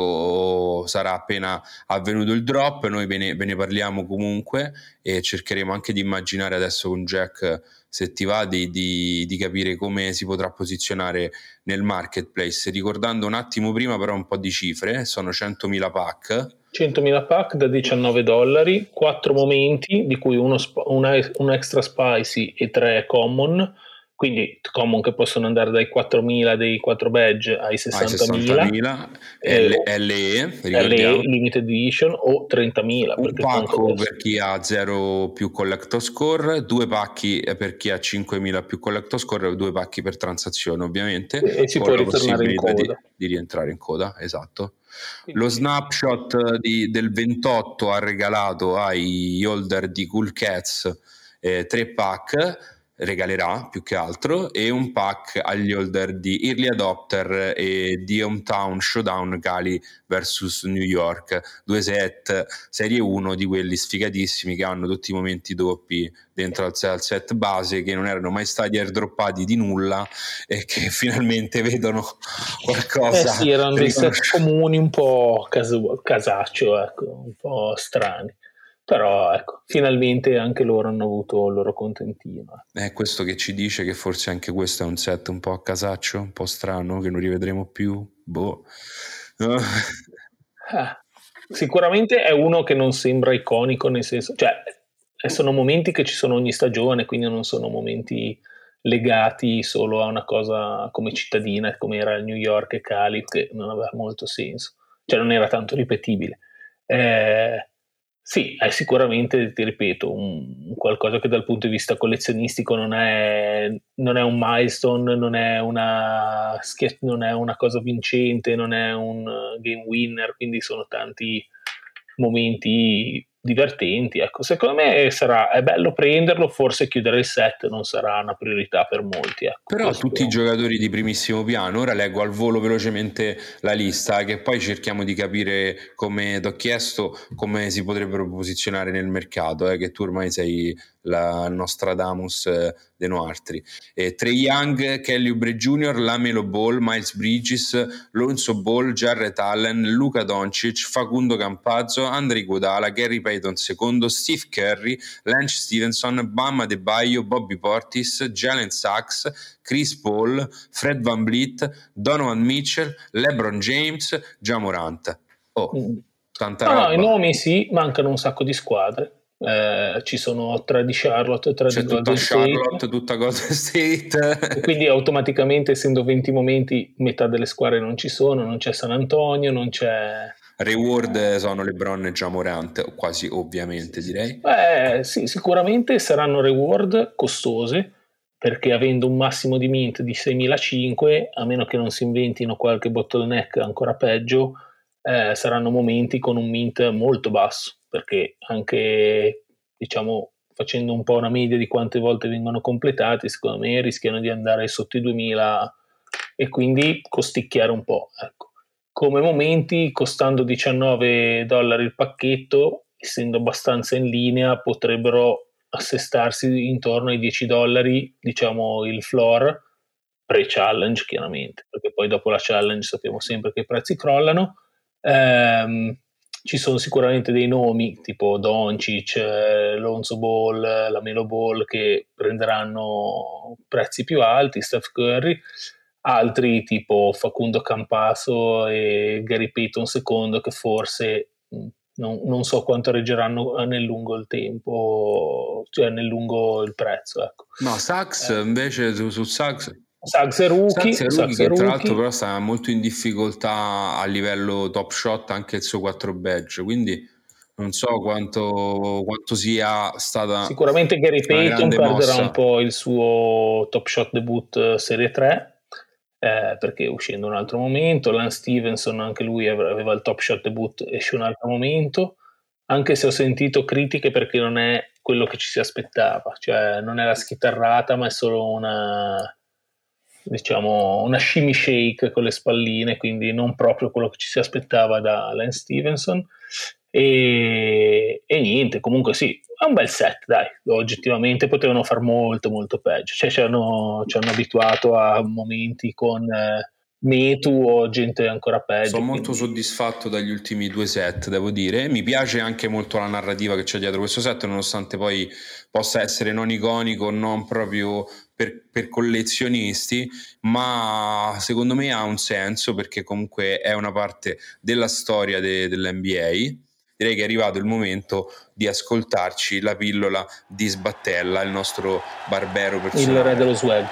caso sarà appena avvenuto il drop, noi ve ne, ve ne parliamo comunque e cercheremo anche di immaginare adesso con Jack, se ti va, di, di, di capire come si potrà posizionare nel marketplace. Ricordando un attimo prima però un po' di cifre, sono centomila pack. centomila pack da diciannove dollari, quattro momenti di cui uno, una, un extra spicy e tre common, quindi common che possono andare dai quattromila dei quattro badge ai sessantamila, sessantamila eh, L E, L E limited edition o trentamila, un pacco per chi ha zero più collector score, due pacchi per chi ha cinquemila più collector score e due pacchi per transazione ovviamente, e si può ritornare in coda di, di rientrare in coda, esatto. Lo snapshot di, del ventotto ha regalato ai holder di Cool Cats eh, tre pack, regalerà più che altro, e un pack agli holder di Early Adopter e di Hometown Showdown Cali versus New York, due set serie uno di quelli sfigatissimi che hanno tutti i momenti doppi dentro al set base, che non erano mai stati airdroppati di nulla e che finalmente vedono qualcosa. Eh sì, erano dei set comuni un po' casu- casaccio, ecco, un po' strani. Però ecco, finalmente anche loro hanno avuto il loro contentino. È questo che ci dice che forse anche questo è un set un po' a casaccio, un po' strano, che non rivedremo più. Boh. Ah, sicuramente è uno che non sembra iconico, nel senso, cioè sono momenti che ci sono ogni stagione, quindi non sono momenti legati solo a una cosa come cittadina, come era New York e Cali, che non aveva molto senso, cioè non era tanto ripetibile. Eh, sì, è sicuramente, ti ripeto, un, un qualcosa che dal punto di vista collezionistico non è, non è un milestone, non è una, non è una cosa vincente, non è un game winner, quindi sono tanti momenti divertenti. Ecco, secondo me sarà, è bello prenderlo, forse chiudere il set non sarà una priorità per molti. Ecco, però questo... tutti i giocatori di primissimo piano, ora leggo al volo velocemente la lista, che poi cerchiamo di capire, come ti ho chiesto, come si potrebbero posizionare nel mercato, eh, che tu ormai sei la Nostradamus eh, de Noartri. Eh, Trae Young, Kelly Oubre Junior, Lamelo Ball, Miles Bridges, Lonzo Ball, Jarrett Allen, Luka Doncic, Facundo Campazzo, Andre Iguodala, Gary Payton secondo, Steve Curry, Lance Stevenson, Bam Adebayo, Bobby Portis, Jalen Sachs, Chris Paul, Fred VanVleet, Donovan Mitchell, LeBron James, Ja Morant. Oh, mm. tanta no, roba. No, i nomi sì, mancano un sacco di squadre. Eh, ci sono tre di Charlotte e tre C'è di tutta Golden Charlotte, State. tutta Golden State. E quindi automaticamente, essendo venti momenti, metà delle squadre non ci sono, non c'è San Antonio, non c'è... Reward sono LeBron e Ja Morant, quasi ovviamente sì, direi. Beh, sì, sicuramente saranno reward costose, perché avendo un massimo di mint di seimilacinquecento, a meno che non si inventino qualche bottleneck ancora peggio, eh, saranno momenti con un mint molto basso, perché anche, diciamo, facendo un po' una media di quante volte vengono completati, secondo me rischiano di andare sotto i duemila e quindi costicchiare un po', ecco. Come momenti, costando diciannove dollari il pacchetto, essendo abbastanza in linea, potrebbero assestarsi intorno ai dieci dollari, diciamo il floor, pre-challenge chiaramente, perché poi dopo la challenge sappiamo sempre che i prezzi crollano. Ehm, ci sono sicuramente dei nomi tipo Doncic, eh, Lonzo Ball, la Melo Ball che prenderanno prezzi più alti, Steph Curry, altri tipo Facundo Campasso e Gary Payton secondo che forse mh, non, non so quanto reggeranno nel lungo il tempo, cioè nel lungo il prezzo, ecco. No, Sachs Eh. invece su, su Sachs Sachs è rookie, Sachs è rookie Sachs che è tra rookie. l'altro però sta molto in difficoltà a livello top shot anche il suo quattro badge, quindi non so quanto, quanto sia stata sicuramente Gary una Payton grande perderà mossa. un po' il suo top shot debut serie tre, eh, perché uscendo un altro momento. Lance Stevenson anche lui aveva il top shot debut, esce un altro momento, anche se ho sentito critiche perché non è quello che ci si aspettava, cioè non è la schitarrata ma è solo una, diciamo, una shimmy shake con le spalline, quindi non proprio quello che ci si aspettava da Lance Stevenson. E, e niente, comunque sì, è un bel set, dai, oggettivamente potevano far molto molto peggio, cioè ci hanno, ci hanno abituato a momenti con eh, Metu o gente ancora peggio. Sono molto quindi... soddisfatto dagli ultimi due set, devo dire. Mi piace anche molto la narrativa che c'è dietro questo set, nonostante poi possa essere non iconico, non proprio per, per collezionisti, ma secondo me ha un senso perché comunque è una parte della storia de, dell'N B A. Direi che è arrivato il momento di ascoltarci la pillola di Sbattella, il nostro barbero personale. Il re dello swag.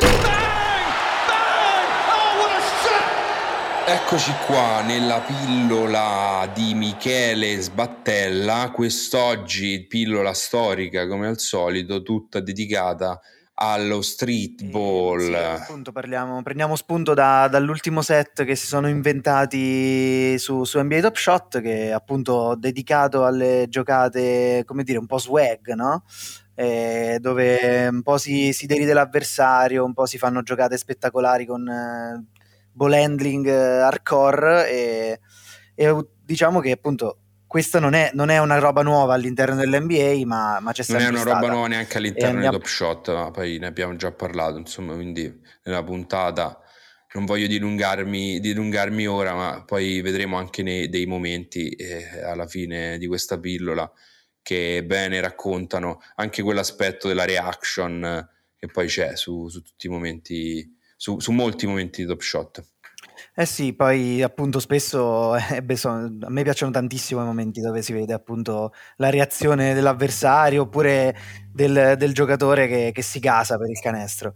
Eccoci qua nella pillola di Michele Sbattella, quest'oggi pillola storica come al solito, tutta dedicata allo streetball. Eh, sì, appunto parliamo, prendiamo spunto da, dall'ultimo set che si sono inventati su, su N B A Top Shot, che è appunto dedicato alle giocate, come dire, un po' swag, no? Eh, dove un po' si, si deride l'avversario, un po' si fanno giocate spettacolari con eh, ball handling eh, hardcore e, e diciamo che appunto questa non è, non è una roba nuova all'interno dell'N B A, ma, ma c'è sempre non è una stata. roba nuova neanche all'interno andiamo... di Top Shot, ma poi ne abbiamo già parlato, insomma, quindi nella puntata non voglio dilungarmi, dilungarmi ora, ma poi vedremo anche nei, dei momenti eh, alla fine di questa pillola che bene raccontano anche quell'aspetto della reaction eh, che poi c'è su, su tutti i momenti, su, su molti momenti di Top Shot. Eh sì, poi appunto spesso eh, beh, sono, a me piacciono tantissimo i momenti dove si vede appunto la reazione dell'avversario oppure del, del giocatore che, che si gasa per il canestro.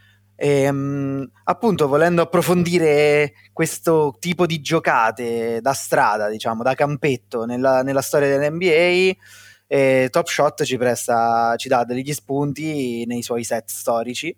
E, um, appunto volendo approfondire questo tipo di giocate da strada, diciamo, da campetto nella, nella storia dell'N B A, eh, Top Shot ci presta, ci dà degli spunti nei suoi set storici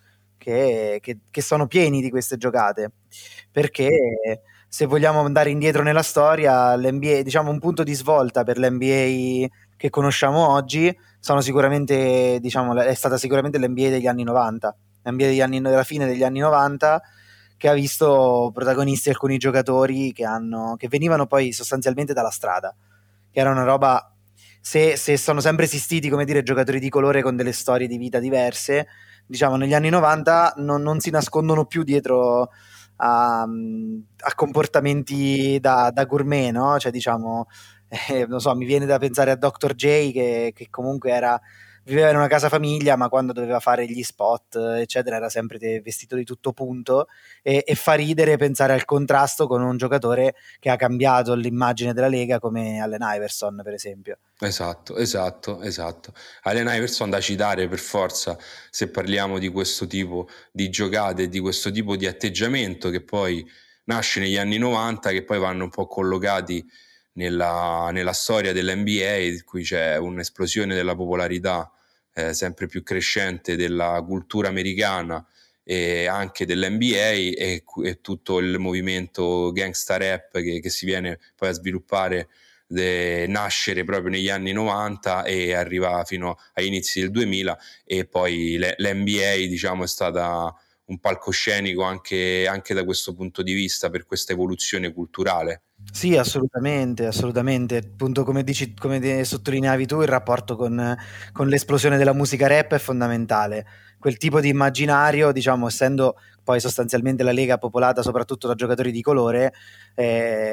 che, che, che sono pieni di queste giocate, perché se vogliamo andare indietro nella storia, l'N B A, diciamo un punto di svolta per l'N B A che conosciamo oggi sono sicuramente, diciamo, è stata sicuramente l'N B A degli anni novanta, l'N B A degli anni, della fine degli anni novanta, che ha visto protagonisti alcuni giocatori che, hanno, che venivano poi sostanzialmente dalla strada, che era una roba, se, se sono sempre esistiti, come dire, giocatori di colore con delle storie di vita diverse, diciamo negli anni novanta non, non si nascondono più dietro a, a comportamenti da, da gourmet, no? Cioè diciamo, eh, non so, mi viene da pensare a doctor J che, che comunque era, viveva in una casa famiglia, ma quando doveva fare gli spot eccetera era sempre vestito di tutto punto, e, e fa ridere pensare al contrasto con un giocatore che ha cambiato l'immagine della Lega come Allen Iverson per esempio. Esatto, esatto, esatto. Allen Iverson da citare per forza se parliamo di questo tipo di giocate, di questo tipo di atteggiamento che poi nasce negli anni novanta, che poi vanno un po' collocati nella, nella storia dell'N B A, in cui c'è un'esplosione della popolarità eh, sempre più crescente della cultura americana e anche dell'N B A e, e tutto il movimento gangsta rap che, che si viene poi a sviluppare, de, nascere proprio negli anni novanta e arriva fino agli inizi del duemila, e poi l'N B A diciamo è stata un palcoscenico anche, anche da questo punto di vista per questa evoluzione culturale. Sì, assolutamente, assolutamente. Appunto, come dici, come sottolineavi tu, il rapporto con, con l'esplosione della musica rap è fondamentale. Quel tipo di immaginario, diciamo, essendo poi sostanzialmente la Lega popolata soprattutto da giocatori di colore, eh,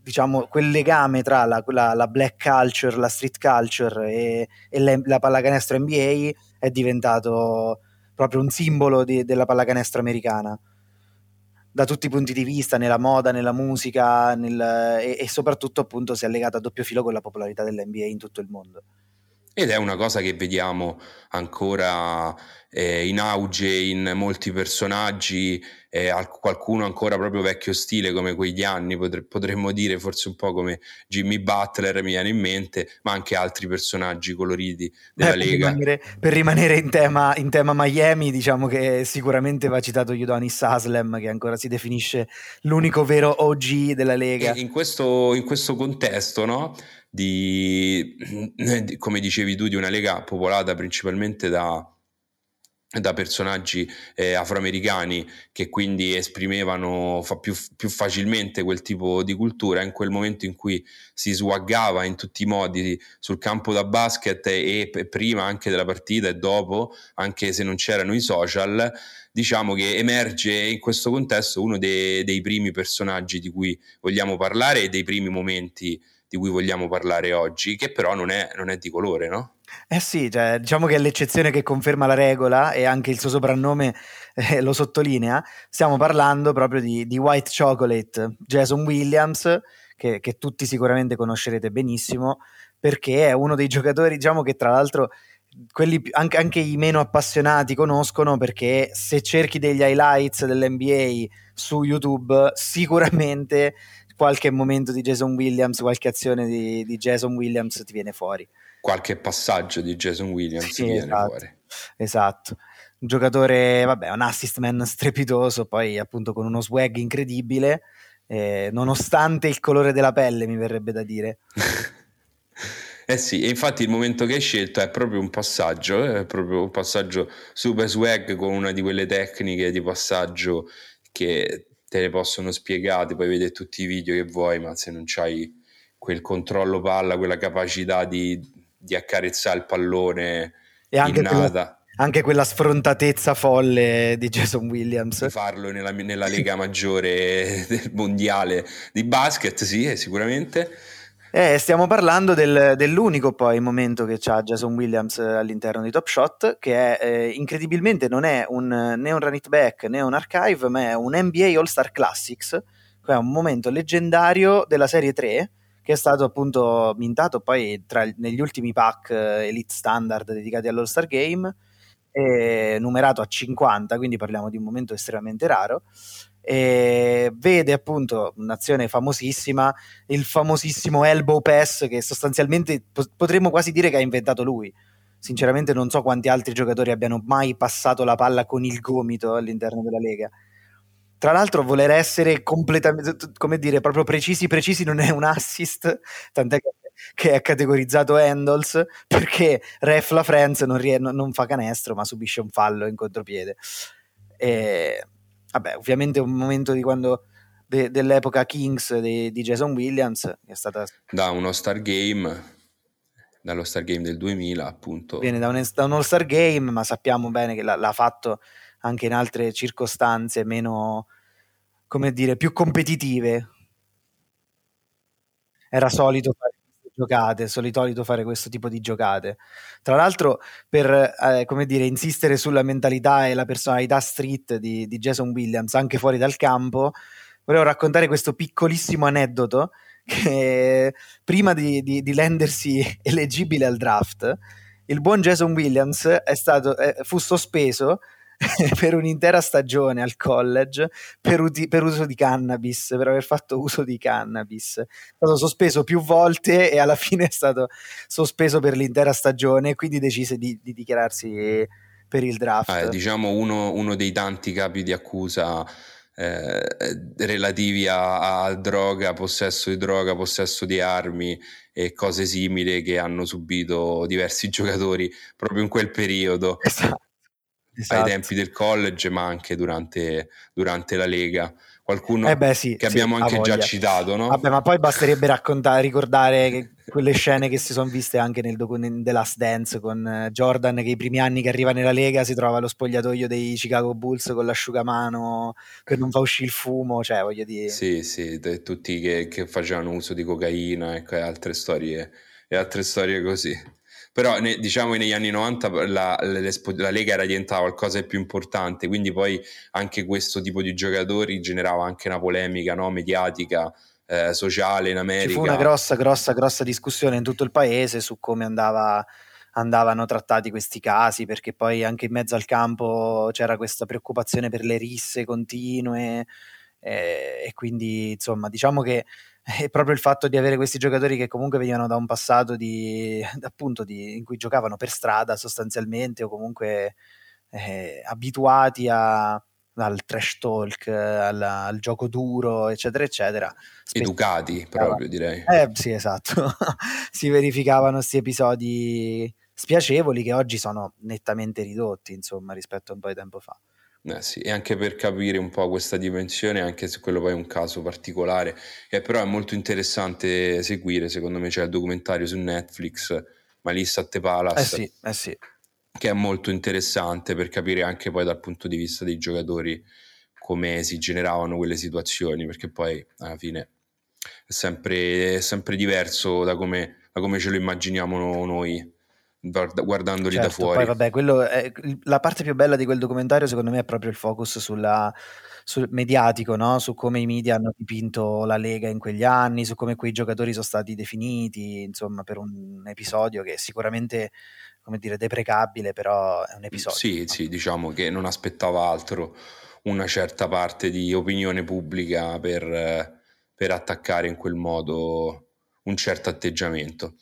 diciamo quel legame tra la, la, la black culture, la street culture e, e le, la pallacanestro N B A è diventato proprio un simbolo di, della pallacanestro americana da tutti i punti di vista, nella moda, nella musica, nel, e, e soprattutto appunto si è legato a doppio filo con la popolarità dell'N B A in tutto il mondo. Ed è una cosa che vediamo ancora eh, in auge in molti personaggi, eh, qualcuno ancora proprio vecchio stile come quegli anni, potre, potremmo dire forse un po' come Jimmy Butler mi viene in mente, ma anche altri personaggi coloriti della Beh, per Lega. Rimanere, per rimanere in tema, in tema Miami, diciamo che sicuramente va citato Udonis Haslem, che ancora si definisce l'unico vero O G della Lega. E in questo, in questo contesto, no? Di, come dicevi tu, di una lega popolata principalmente da, da personaggi eh, afroamericani che quindi esprimevano fa più, più facilmente quel tipo di cultura, in quel momento in cui si swaggava in tutti i modi sul campo da basket e, e prima anche della partita e dopo, anche se non c'erano i social, diciamo che emerge in questo contesto uno dei, dei primi personaggi di cui vogliamo parlare e dei primi momenti di cui vogliamo parlare oggi, che però non è, non è di colore, no? Eh sì, cioè, diciamo che è l'eccezione che conferma la regola e anche il suo soprannome eh, lo sottolinea. Stiamo parlando proprio di, di White Chocolate, Jason Williams, che, che tutti sicuramente conoscerete benissimo, perché è uno dei giocatori, diciamo che tra l'altro quelli anche, anche i meno appassionati conoscono, perché se cerchi degli highlights dell'N B A su YouTube sicuramente qualche momento di Jason Williams, qualche azione di, di Jason Williams ti viene fuori. Qualche passaggio di Jason Williams sì, ti viene esatto, fuori. Esatto. Un giocatore, vabbè, un assist man strepitoso, poi appunto con uno swag incredibile, eh, nonostante il colore della pelle, mi verrebbe da dire. Eh sì, e infatti il momento che hai scelto è proprio un passaggio, è proprio un passaggio super swag con una di quelle tecniche di passaggio che te le possono spiegare, puoi vedere tutti i video che vuoi, ma se non c'hai quel controllo palla, quella capacità di, di accarezzare il pallone e anche innata, quella, anche quella sfrontatezza folle di Jason Williams, di farlo nella, nella lega maggiore del mondiale di basket, sì, sicuramente. Eh, stiamo parlando del, dell'unico poi momento che c'ha Jason Williams all'interno di Top Shot, che è eh, incredibilmente non è un, né un run it back né un archive, ma è un N B A All-Star Classics, che è un momento leggendario della serie tre, che è stato appunto mintato poi tra, negli ultimi pack eh, Elite Standard dedicati all'All-Star Game, eh, numerato a cinquanta, quindi parliamo di un momento estremamente raro. E vede appunto un'azione famosissima, il famosissimo elbow pass, che sostanzialmente po- potremmo quasi dire che ha inventato lui. Sinceramente non so quanti altri giocatori abbiano mai passato la palla con il gomito all'interno della Lega. Tra l'altro voler essere completamente, come dire, proprio precisi precisi non è un assist, tant'è che, che è categorizzato handles, perché ref la France non, rie- non fa canestro ma subisce un fallo in contropiede. E vabbè, ovviamente un momento di quando de, dell'epoca Kings di, di Jason Williams è stata da uno Star Game, dallo Star Game del duemila, appunto. Viene da un, da un All-Star Game, ma sappiamo bene che l'ha, l'ha fatto anche in altre circostanze meno, come dire, più competitive. Era solito fare queste giocate, solito fare questo tipo di giocate. Tra l'altro, per eh, come dire, insistere sulla mentalità e la personalità street di, di Jason Williams anche fuori dal campo, volevo raccontare questo piccolissimo aneddoto che prima di, di, di rendersi eleggibile al draft, il buon Jason Williams è stato, eh, fu sospeso per un'intera stagione al college per, uti- per uso di cannabis, per aver fatto uso di cannabis. È stato sospeso più volte e alla fine è stato sospeso per l'intera stagione, quindi decise di, di dichiararsi per il draft. Ah, diciamo uno, uno dei tanti capi di accusa eh, relativi a, a droga, possesso di droga, possesso di armi e cose simili che hanno subito diversi giocatori proprio in quel periodo. Esatto. Esatto. Ai tempi del college, ma anche durante, durante la Lega. qualcuno eh beh, sì, che sì, abbiamo anche già voglia. citato, no? Vabbè, ma poi basterebbe raccontare, ricordare che quelle scene che si sono viste anche nel documento The Last Dance con Jordan, che i primi anni che arriva nella Lega si trova allo spogliatoio dei Chicago Bulls con l'asciugamano per non far uscire il fumo, cioè voglio dire... Sì, sì, de- tutti che, che facevano uso di cocaina ecco, e altre storie, e altre storie così. Però ne- diciamo che negli anni novanta la, la Lega era diventata qualcosa di più importante, quindi poi anche questo tipo di giocatori generava anche una polemica, no, mediatica, eh, sociale in America. Ci fu una grossa, grossa, grossa discussione in tutto il paese su come andava, andavano trattati questi casi, perché poi anche in mezzo al campo c'era questa preoccupazione per le risse continue, eh, e quindi insomma diciamo che è proprio il fatto di avere questi giocatori che comunque venivano da un passato di, appunto di, in cui giocavano per strada sostanzialmente, o comunque eh, abituati a, al trash talk, al, al gioco duro, eccetera, eccetera. Educati proprio, direi. Eh sì, esatto. Si verificavano questi episodi spiacevoli che oggi sono nettamente ridotti, insomma, rispetto a un po' di tempo fa. Eh sì, e anche per capire un po' questa dimensione, anche se quello poi è un caso particolare, che però è molto interessante seguire, secondo me c'è il documentario su Netflix, Melissa at the Palace, Eh sì, eh sì. che è molto interessante per capire anche poi dal punto di vista dei giocatori come si generavano quelle situazioni, perché poi alla fine è sempre, è sempre diverso da come, da come ce lo immaginiamo noi guardandoli certo, da fuori. Poi vabbè, quello è, la parte più bella di quel documentario secondo me è proprio il focus sulla, sul mediatico, no? Su come i media hanno dipinto la Lega in quegli anni, su come quei giocatori sono stati definiti, insomma, per un episodio che sicuramente, come dire, deprecabile, però è un episodio. Sì, no? sì, diciamo che non aspettava altro una certa parte di opinione pubblica per, per attaccare in quel modo un certo atteggiamento.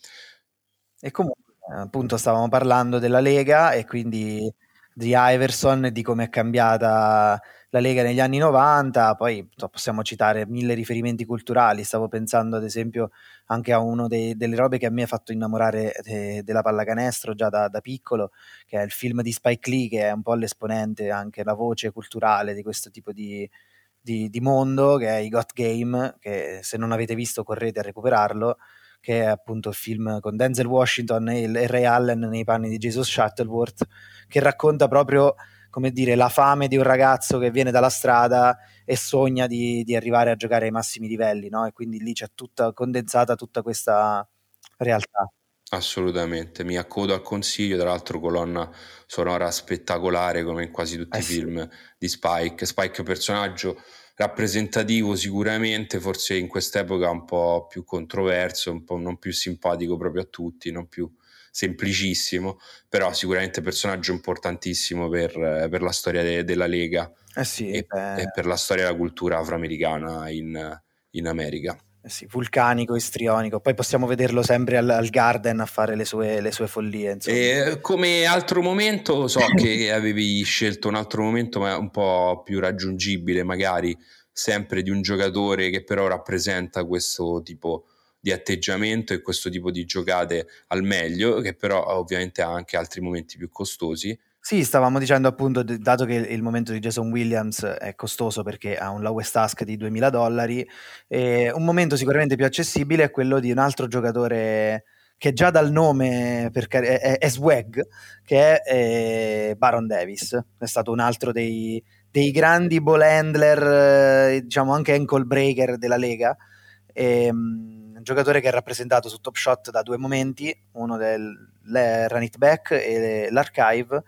E comunque, appunto, stavamo parlando della Lega e quindi di Iverson e di come è cambiata la Lega negli anni novanta. Poi possiamo citare mille riferimenti culturali. Stavo pensando ad esempio anche a uno dei, delle robe che a me ha fatto innamorare de, della pallacanestro già da, da piccolo, che è il film di Spike Lee, che è un po' l'esponente, anche la voce culturale di questo tipo di, di, di mondo, che è I Got Game, che se non avete visto correte a recuperarlo, che è appunto il film con Denzel Washington e, il, e Ray Allen nei panni di Jesus Shuttleworth, che racconta proprio, come dire, la fame di un ragazzo che viene dalla strada e sogna di, di arrivare a giocare ai massimi livelli, no? E quindi lì c'è tutta condensata tutta questa realtà. Assolutamente, mi accodo al consiglio, tra l'altro colonna sonora spettacolare come in quasi tutti Eh i sì. film di Spike. Spike è un personaggio rappresentativo sicuramente, forse in quest'epoca un po' più controverso, un po' non più simpatico proprio a tutti, non più semplicissimo, però sicuramente personaggio importantissimo per, per la storia de- della Lega Eh sì, e, beh, e per la storia della cultura afroamericana in, in America. eh sì, vulcanico, istrionico. Poi possiamo vederlo sempre al, al Garden a fare le sue, le sue follie, insomma. E come altro momento, so che avevi scelto un altro momento, ma un po' più raggiungibile, magari sempre di un giocatore che però rappresenta questo tipo di atteggiamento e questo tipo di giocate al meglio, che però ovviamente ha anche altri momenti più costosi. Sì, stavamo dicendo appunto, d- dato che il momento di Jason Williams è costoso perché ha un lowest task di duemila dollari, eh, un momento sicuramente più accessibile è quello di un altro giocatore che già dal nome per car- è, è, è swag, che è eh, Baron Davis. È stato un altro dei, dei grandi ball handler, eh, diciamo anche ankle breaker della Lega. E, um, un giocatore che è rappresentato su Top Shot da due momenti, uno del run it back e l'archive,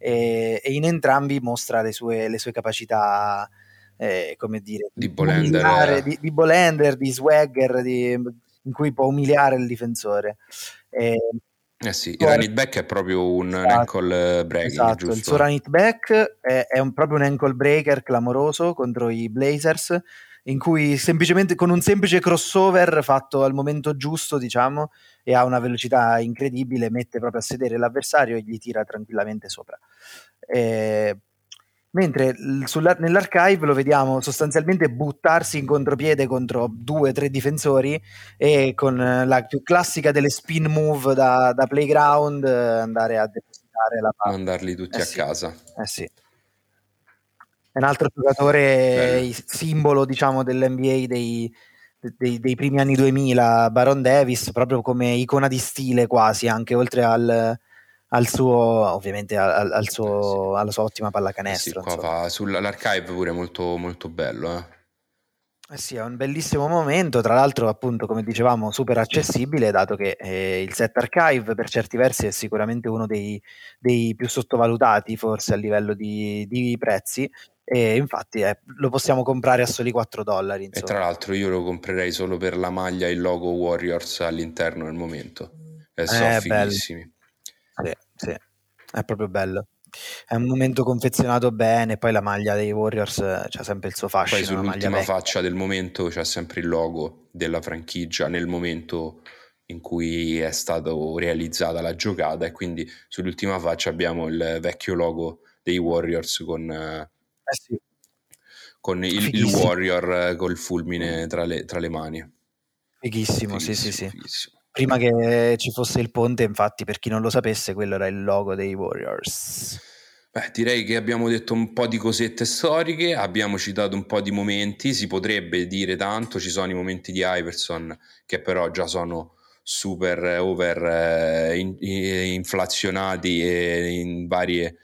e, e in entrambi mostra le sue, le sue capacità, eh, come dire, Di di, umiliare, Bolender. di, di ball handler, di swagger, di, in cui può umiliare il difensore. E, Eh sì, il run it back è proprio un, un esatto, ankle breaking, esatto. giusto? Il suo run it back è, è un, proprio un ankle breaker clamoroso contro i Blazers, in cui semplicemente con un semplice crossover fatto al momento giusto, diciamo, e ha una velocità incredibile, mette proprio a sedere l'avversario e gli tira tranquillamente sopra. Eh, mentre sulla, nell'archive lo vediamo sostanzialmente buttarsi in contropiede contro due o tre difensori e con la più classica delle spin move da, da playground andare a depositare la palla. Mandarli tutti Eh a sì, casa. eh sì. è un altro giocatore Bello. simbolo, diciamo, dell'N B A dei, dei, dei primi anni duemila, Baron Davis, proprio come icona di stile quasi, anche oltre al, al suo, ovviamente al, al suo, Eh sì. alla sua ottima pallacanestro. Eh sì, qua insomma. fa sull'archive pure molto, molto bello, eh. Eh sì, è un bellissimo momento, tra l'altro appunto come dicevamo super accessibile, dato che eh, il set archive per certi versi è sicuramente uno dei, dei più sottovalutati forse a livello di, di prezzi, e infatti eh, lo possiamo comprare a soli quattro dollari. E tra Insomma. l'altro io lo comprerei solo per la maglia e il logo Warriors all'interno al momento, e so È bello, fighissimi. sì, sì, è proprio bello. È un momento confezionato bene, poi la maglia dei Warriors eh, c'ha sempre il suo Poi fascino, una maglia sull'ultima vecchia. faccia del momento c'è sempre il logo della franchigia nel momento in cui è stata realizzata la giocata, e quindi sull'ultima faccia abbiamo il vecchio logo dei Warriors con, Eh sì, con il, il fighissimo, Warrior col fulmine tra le, tra le mani. fighissimo, sì, sì, Fighissimo, sì. fighissimo. Prima che ci fosse il ponte, infatti, per chi non lo sapesse, quello era il logo dei Warriors. Beh, direi che abbiamo detto un po' di cosette storiche, abbiamo citato un po' di momenti, si potrebbe dire tanto, ci sono i momenti di Iverson che però già sono super over eh, in, inflazionati e in varie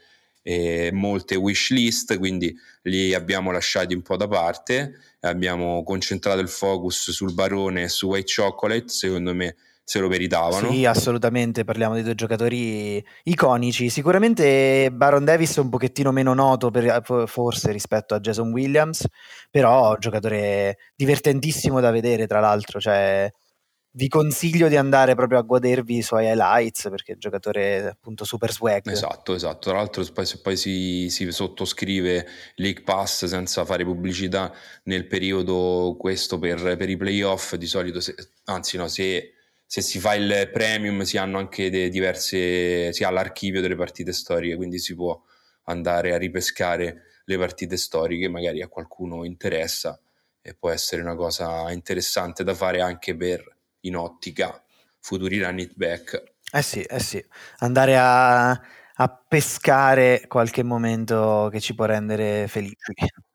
e molte wish list, quindi li abbiamo lasciati un po' da parte, abbiamo concentrato il focus sul Barone e su White Chocolate, secondo me se lo meritavano. Sì, assolutamente, parliamo di due giocatori iconici. Sicuramente Baron Davis è un pochettino meno noto per, forse rispetto a Jason Williams, però un giocatore divertentissimo da vedere, tra l'altro, cioè vi consiglio di andare proprio a godervi i suoi highlights, perché è un giocatore appunto super swag. Esatto, esatto. Tra l'altro poi, se poi si, si sottoscrive League Pass senza fare pubblicità nel periodo questo per, per i playoff, di solito, se, anzi no, se, se si fa il premium si hanno anche de diverse, si ha l'archivio delle partite storiche, quindi si può andare a ripescare le partite storiche, magari a qualcuno interessa, e può essere una cosa interessante da fare anche per in ottica futuri run it back. Eh sì, eh sì, andare a, a pescare qualche momento che ci può rendere felici.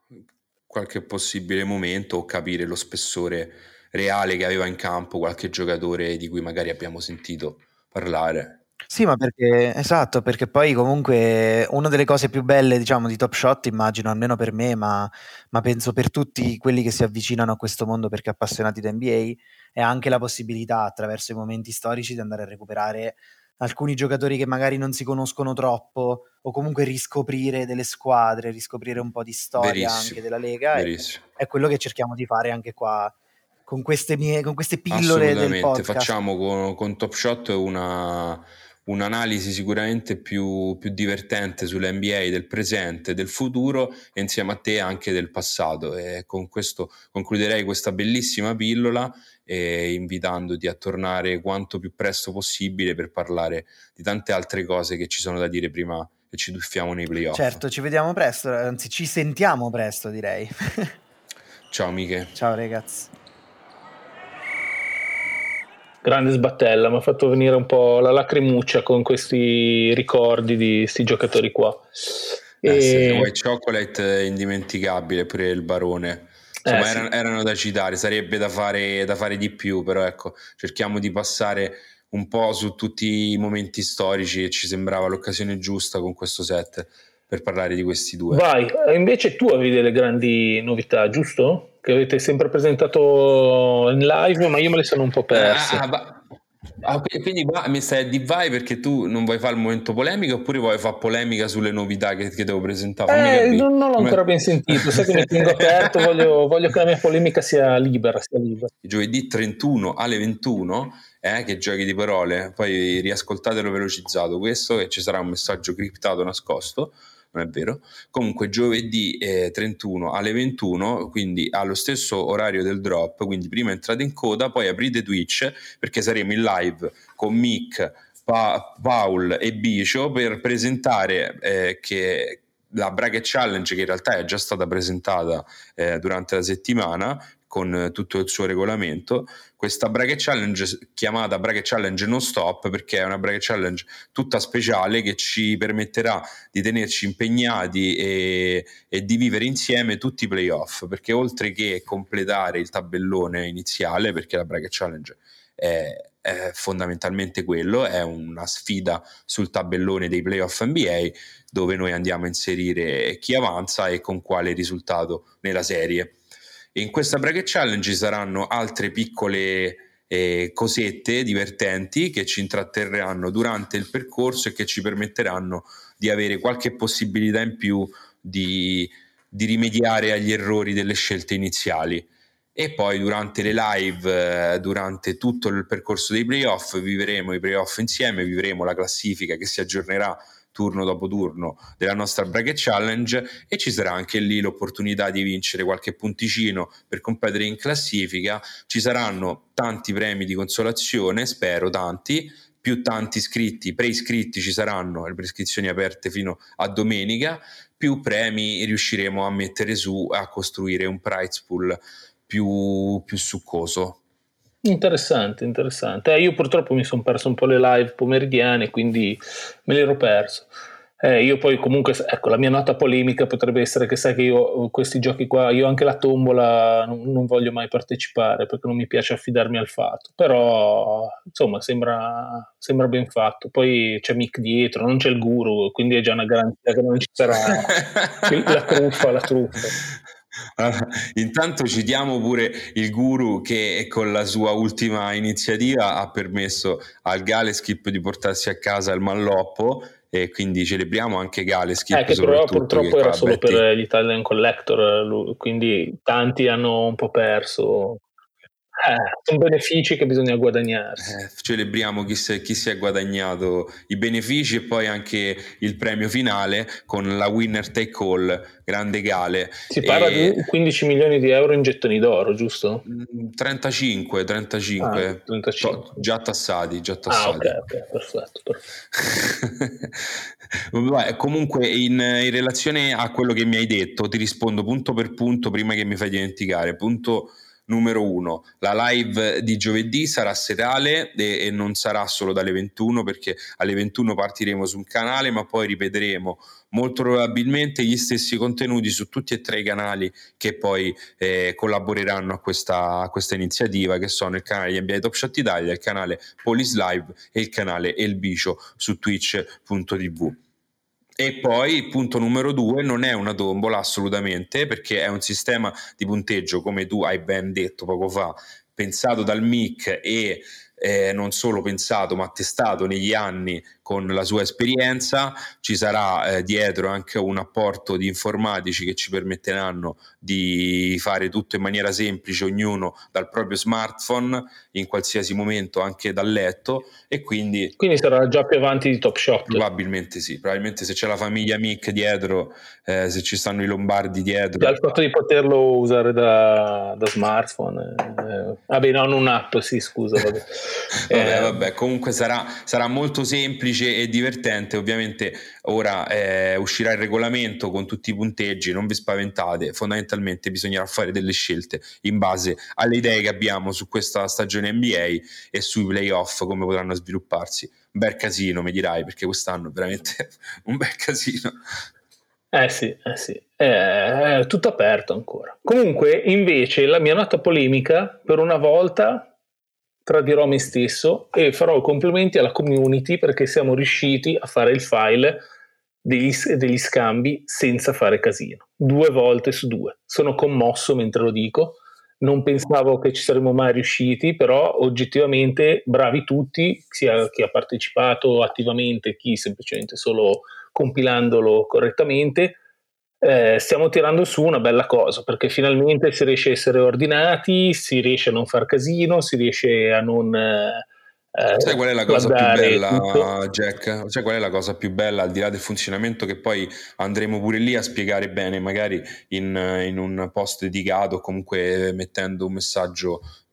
Qualche possibile momento, o capire lo spessore reale che aveva in campo qualche giocatore di cui magari abbiamo sentito parlare. Sì, ma perché esatto, perché poi comunque una delle cose più belle, diciamo, di Top Shot, immagino, almeno per me, ma, ma penso per tutti quelli che si avvicinano a questo mondo perché appassionati da N B A, è anche la possibilità, attraverso i momenti storici, di andare a recuperare alcuni giocatori che magari non si conoscono troppo, o comunque riscoprire delle squadre, riscoprire un po' di storia Verissimo, anche della Lega, e verissimo. è quello che cerchiamo di fare anche qua con queste mie, con queste pillole del Assolutamente, podcast. facciamo con, con Top Shot una, un'analisi sicuramente più, più divertente sull'N B A del presente, del futuro, e insieme a te anche del passato, e con questo concluderei questa bellissima pillola, e invitandoti a tornare quanto più presto possibile per parlare di tante altre cose che ci sono da dire prima che ci tuffiamo nei playoff. Certo, ci vediamo presto, anzi ci sentiamo presto, direi. Ciao Miche. Ciao ragazzi. Grande sbattella, mi ha fatto venire un po' la lacrimuccia con questi ricordi di questi giocatori qua. Eh, E... sì, White Chocolate è indimenticabile, pure il Barone. Insomma, Eh, sì. erano, erano da citare, sarebbe da fare, da fare di più, però ecco, cerchiamo di passare un po' su tutti i momenti storici, e ci sembrava l'occasione giusta con questo set per parlare di questi due. Vai, invece tu avevi delle grandi novità, giusto? Che avete sempre presentato in live, ma io me le sono un po' perse. Ah, ah, ah, quindi va, mi stai a di vai perché tu non vuoi fare il momento polemica, oppure vuoi fare polemica sulle novità che, che devo presentare? Fammi Eh, non, non l'ho ancora ben sentito, sai che mi tengo aperto, voglio, voglio che la mia polemica sia libera, sia libera. Giovedì trentuno alle ventuno, eh, che giochi di parole, poi riascoltatelo velocizzato questo, e ci sarà un messaggio criptato nascosto. Non è vero? Comunque giovedì eh, trentuno alle ventuno, quindi allo stesso orario del drop, quindi prima entrate in coda, poi aprite Twitch, perché saremo in live con Mick, pa- Paul e Bicio per presentare eh, che la Bracket Challenge, che in realtà è già stata presentata eh, durante la settimana, con tutto il suo regolamento. Questa Bracket Challenge, chiamata Bracket Challenge Non Stop, perché è una Bracket Challenge tutta speciale che ci permetterà di tenerci impegnati e, e di vivere insieme tutti i playoff, perché oltre che completare il tabellone iniziale, perché la Bracket Challenge è, è fondamentalmente quello, è una sfida sul tabellone dei playoff N B A, dove noi andiamo a inserire chi avanza e con quale risultato nella serie. E in questa Bracket Challenge ci saranno altre piccole eh, cosette divertenti che ci intratterranno durante il percorso e che ci permetteranno di avere qualche possibilità in più di, di rimediare agli errori delle scelte iniziali. E poi durante le live, eh, durante tutto il percorso dei playoff, vivremo i playoff insieme, vivremo la classifica che si aggiornerà turno dopo turno della nostra Bracket Challenge, e ci sarà anche lì l'opportunità di vincere qualche punticino per competere in classifica. Ci saranno tanti premi di consolazione, spero tanti, più tanti iscritti, preiscritti ci saranno, le prescrizioni aperte fino a domenica, più premi riusciremo a mettere su, a costruire un prize pool più, più succoso. Interessante, interessante. Eh, io purtroppo mi sono perso un po' le live pomeridiane, quindi me le ero perso. Eh, io poi comunque, ecco, la mia nota polemica potrebbe essere che sai che io questi giochi qua, io anche la tombola non, non voglio mai partecipare perché non mi piace affidarmi al fatto, però insomma sembra, sembra ben fatto. Poi c'è Mick dietro, non c'è il guru, quindi è già una garanzia che non ci sarà la truffa, la truffa. Allora, intanto citiamo pure il guru che con la sua ultima iniziativa ha permesso al Galeskip di portarsi a casa il malloppo, e quindi celebriamo anche Galeskip, eh, che però purtroppo era solo Betty. Per gli Italian Collector, quindi tanti hanno un po' perso. Eh, sono benefici che bisogna guadagnarsi. Eh, celebriamo chi si, chi si è guadagnato i benefici e poi anche il premio finale con la winner take all, grande gale. Si parla e... di quindici milioni di euro in gettoni d'oro, giusto? trentacinque, trentacinque, ah, trentacinque. To, già tassati, già tassati. Ah, ok, ok, perfetto. perfetto. Vabbè, comunque in, in relazione a quello che mi hai detto ti rispondo punto per punto prima che mi fai dimenticare. Punto numero uno, la live di giovedì sarà serale e, e non sarà solo dalle ventuno, perché alle ventuno partiremo su un canale, ma poi ripeteremo molto probabilmente gli stessi contenuti su tutti e tre i canali che poi eh, collaboreranno a questa, a questa iniziativa, che sono il canale di N B A Top Shot Italia, il canale Police Live e il canale El Bicio su twitch punto tv. E poi punto numero due, non è una tombola assolutamente, perché è un sistema di punteggio, come tu hai ben detto poco fa, pensato dal M I C e eh, non solo pensato ma testato negli anni con la sua esperienza. Ci sarà eh, dietro anche un apporto di informatici che ci permetteranno di fare tutto in maniera semplice, ognuno dal proprio smartphone, in qualsiasi momento, anche dal letto, e quindi quindi sarà già più avanti di Top Shot. Probabilmente sì, probabilmente se c'è la famiglia Mick dietro, eh, se ci stanno i lombardi dietro. Già il fatto di poterlo usare da, da smartphone. Eh, vabbè, no, non un'app, sì, scusa. Vabbè. vabbè, vabbè, comunque sarà, sarà molto semplice e divertente. Ovviamente ora eh, uscirà il regolamento con tutti i punteggi, non vi spaventate, fondamentalmente bisognerà fare delle scelte in base alle idee che abbiamo su questa stagione N B A e sui playoff, come potranno svilupparsi. Un bel casino, mi dirai, perché quest'anno è veramente un bel casino. Eh sì, eh sì, è tutto aperto ancora. Comunque, invece, la mia nota polemica, per una volta tradirò me stesso e farò complimenti alla community, perché siamo riusciti a fare il file degli, degli scambi senza fare casino. Due volte su due. Sono commosso mentre lo dico. Non pensavo che ci saremmo mai riusciti, però oggettivamente bravi tutti, sia chi ha partecipato attivamente, chi semplicemente solo compilandolo correttamente. Eh, stiamo tirando su una bella cosa, perché finalmente si riesce a essere ordinati, si riesce a non far casino, si riesce a non eh, sai qual è la cosa più bella, tutto. Jack? Sai qual è la cosa più bella, al di là del funzionamento, che poi andremo pure lì a spiegare bene, magari in, in un post dedicato, o comunque mettendo un messaggio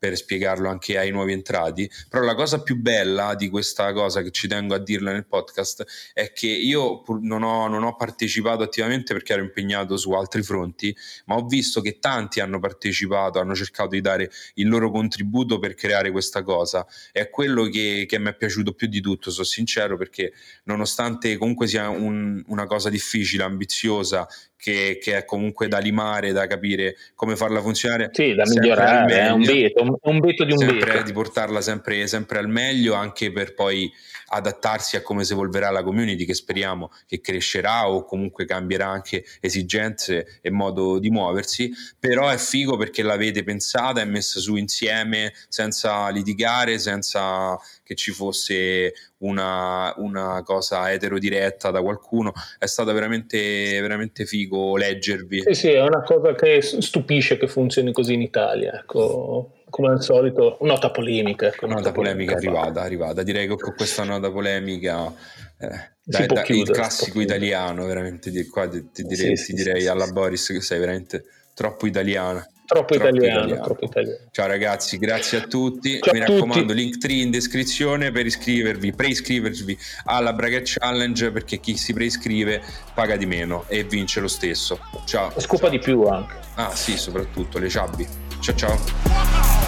per spiegarlo anche ai nuovi entrati. Però la cosa più bella di questa cosa, che ci tengo a dirla nel podcast, è che io pur non ho, non ho partecipato attivamente perché ero impegnato su altri fronti, ma ho visto che tanti hanno partecipato, hanno cercato di dare il loro contributo per creare questa cosa. È quello che, che mi è piaciuto più di tutto, sono sincero, perché nonostante comunque sia un, una cosa difficile, ambiziosa, che, che è comunque da limare, da capire come farla funzionare, sì, da migliorare, è un veto, un veto di un sempre, veto, di portarla sempre, sempre al meglio, anche per poi adattarsi a come si evolverà la community, che speriamo che crescerà o comunque cambierà anche esigenze e modo di muoversi. Però è figo perché l'avete pensata e messa su insieme senza litigare, senza che ci fosse una, una cosa eterodiretta da qualcuno. È stato veramente, veramente figo leggervi. Sì, sì, è una cosa che stupisce che funzioni così in Italia, ecco. Come al solito, nota polemica. Ecco, nota, nota polemica, polemica arrivata, arrivata. Direi che con questa nota polemica eh, dai, dai, chiudere, il classico italiano, veramente. Qua ti, ti direi, sì, ti sì, direi sì, alla sì. Boris che sei veramente troppo italiana. Troppo, troppo italiano, italiano. Troppo italiano. Ciao ragazzi, grazie a tutti. Ciao Mi a raccomando, tutti. Linktree in descrizione per iscrivervi, preiscrivervi alla Bracket Challenge, perché chi si preiscrive paga di meno e vince lo stesso. Ciao. Scopa ciao. di più anche. Ah sì, soprattutto le ciabi. Ciao ciao.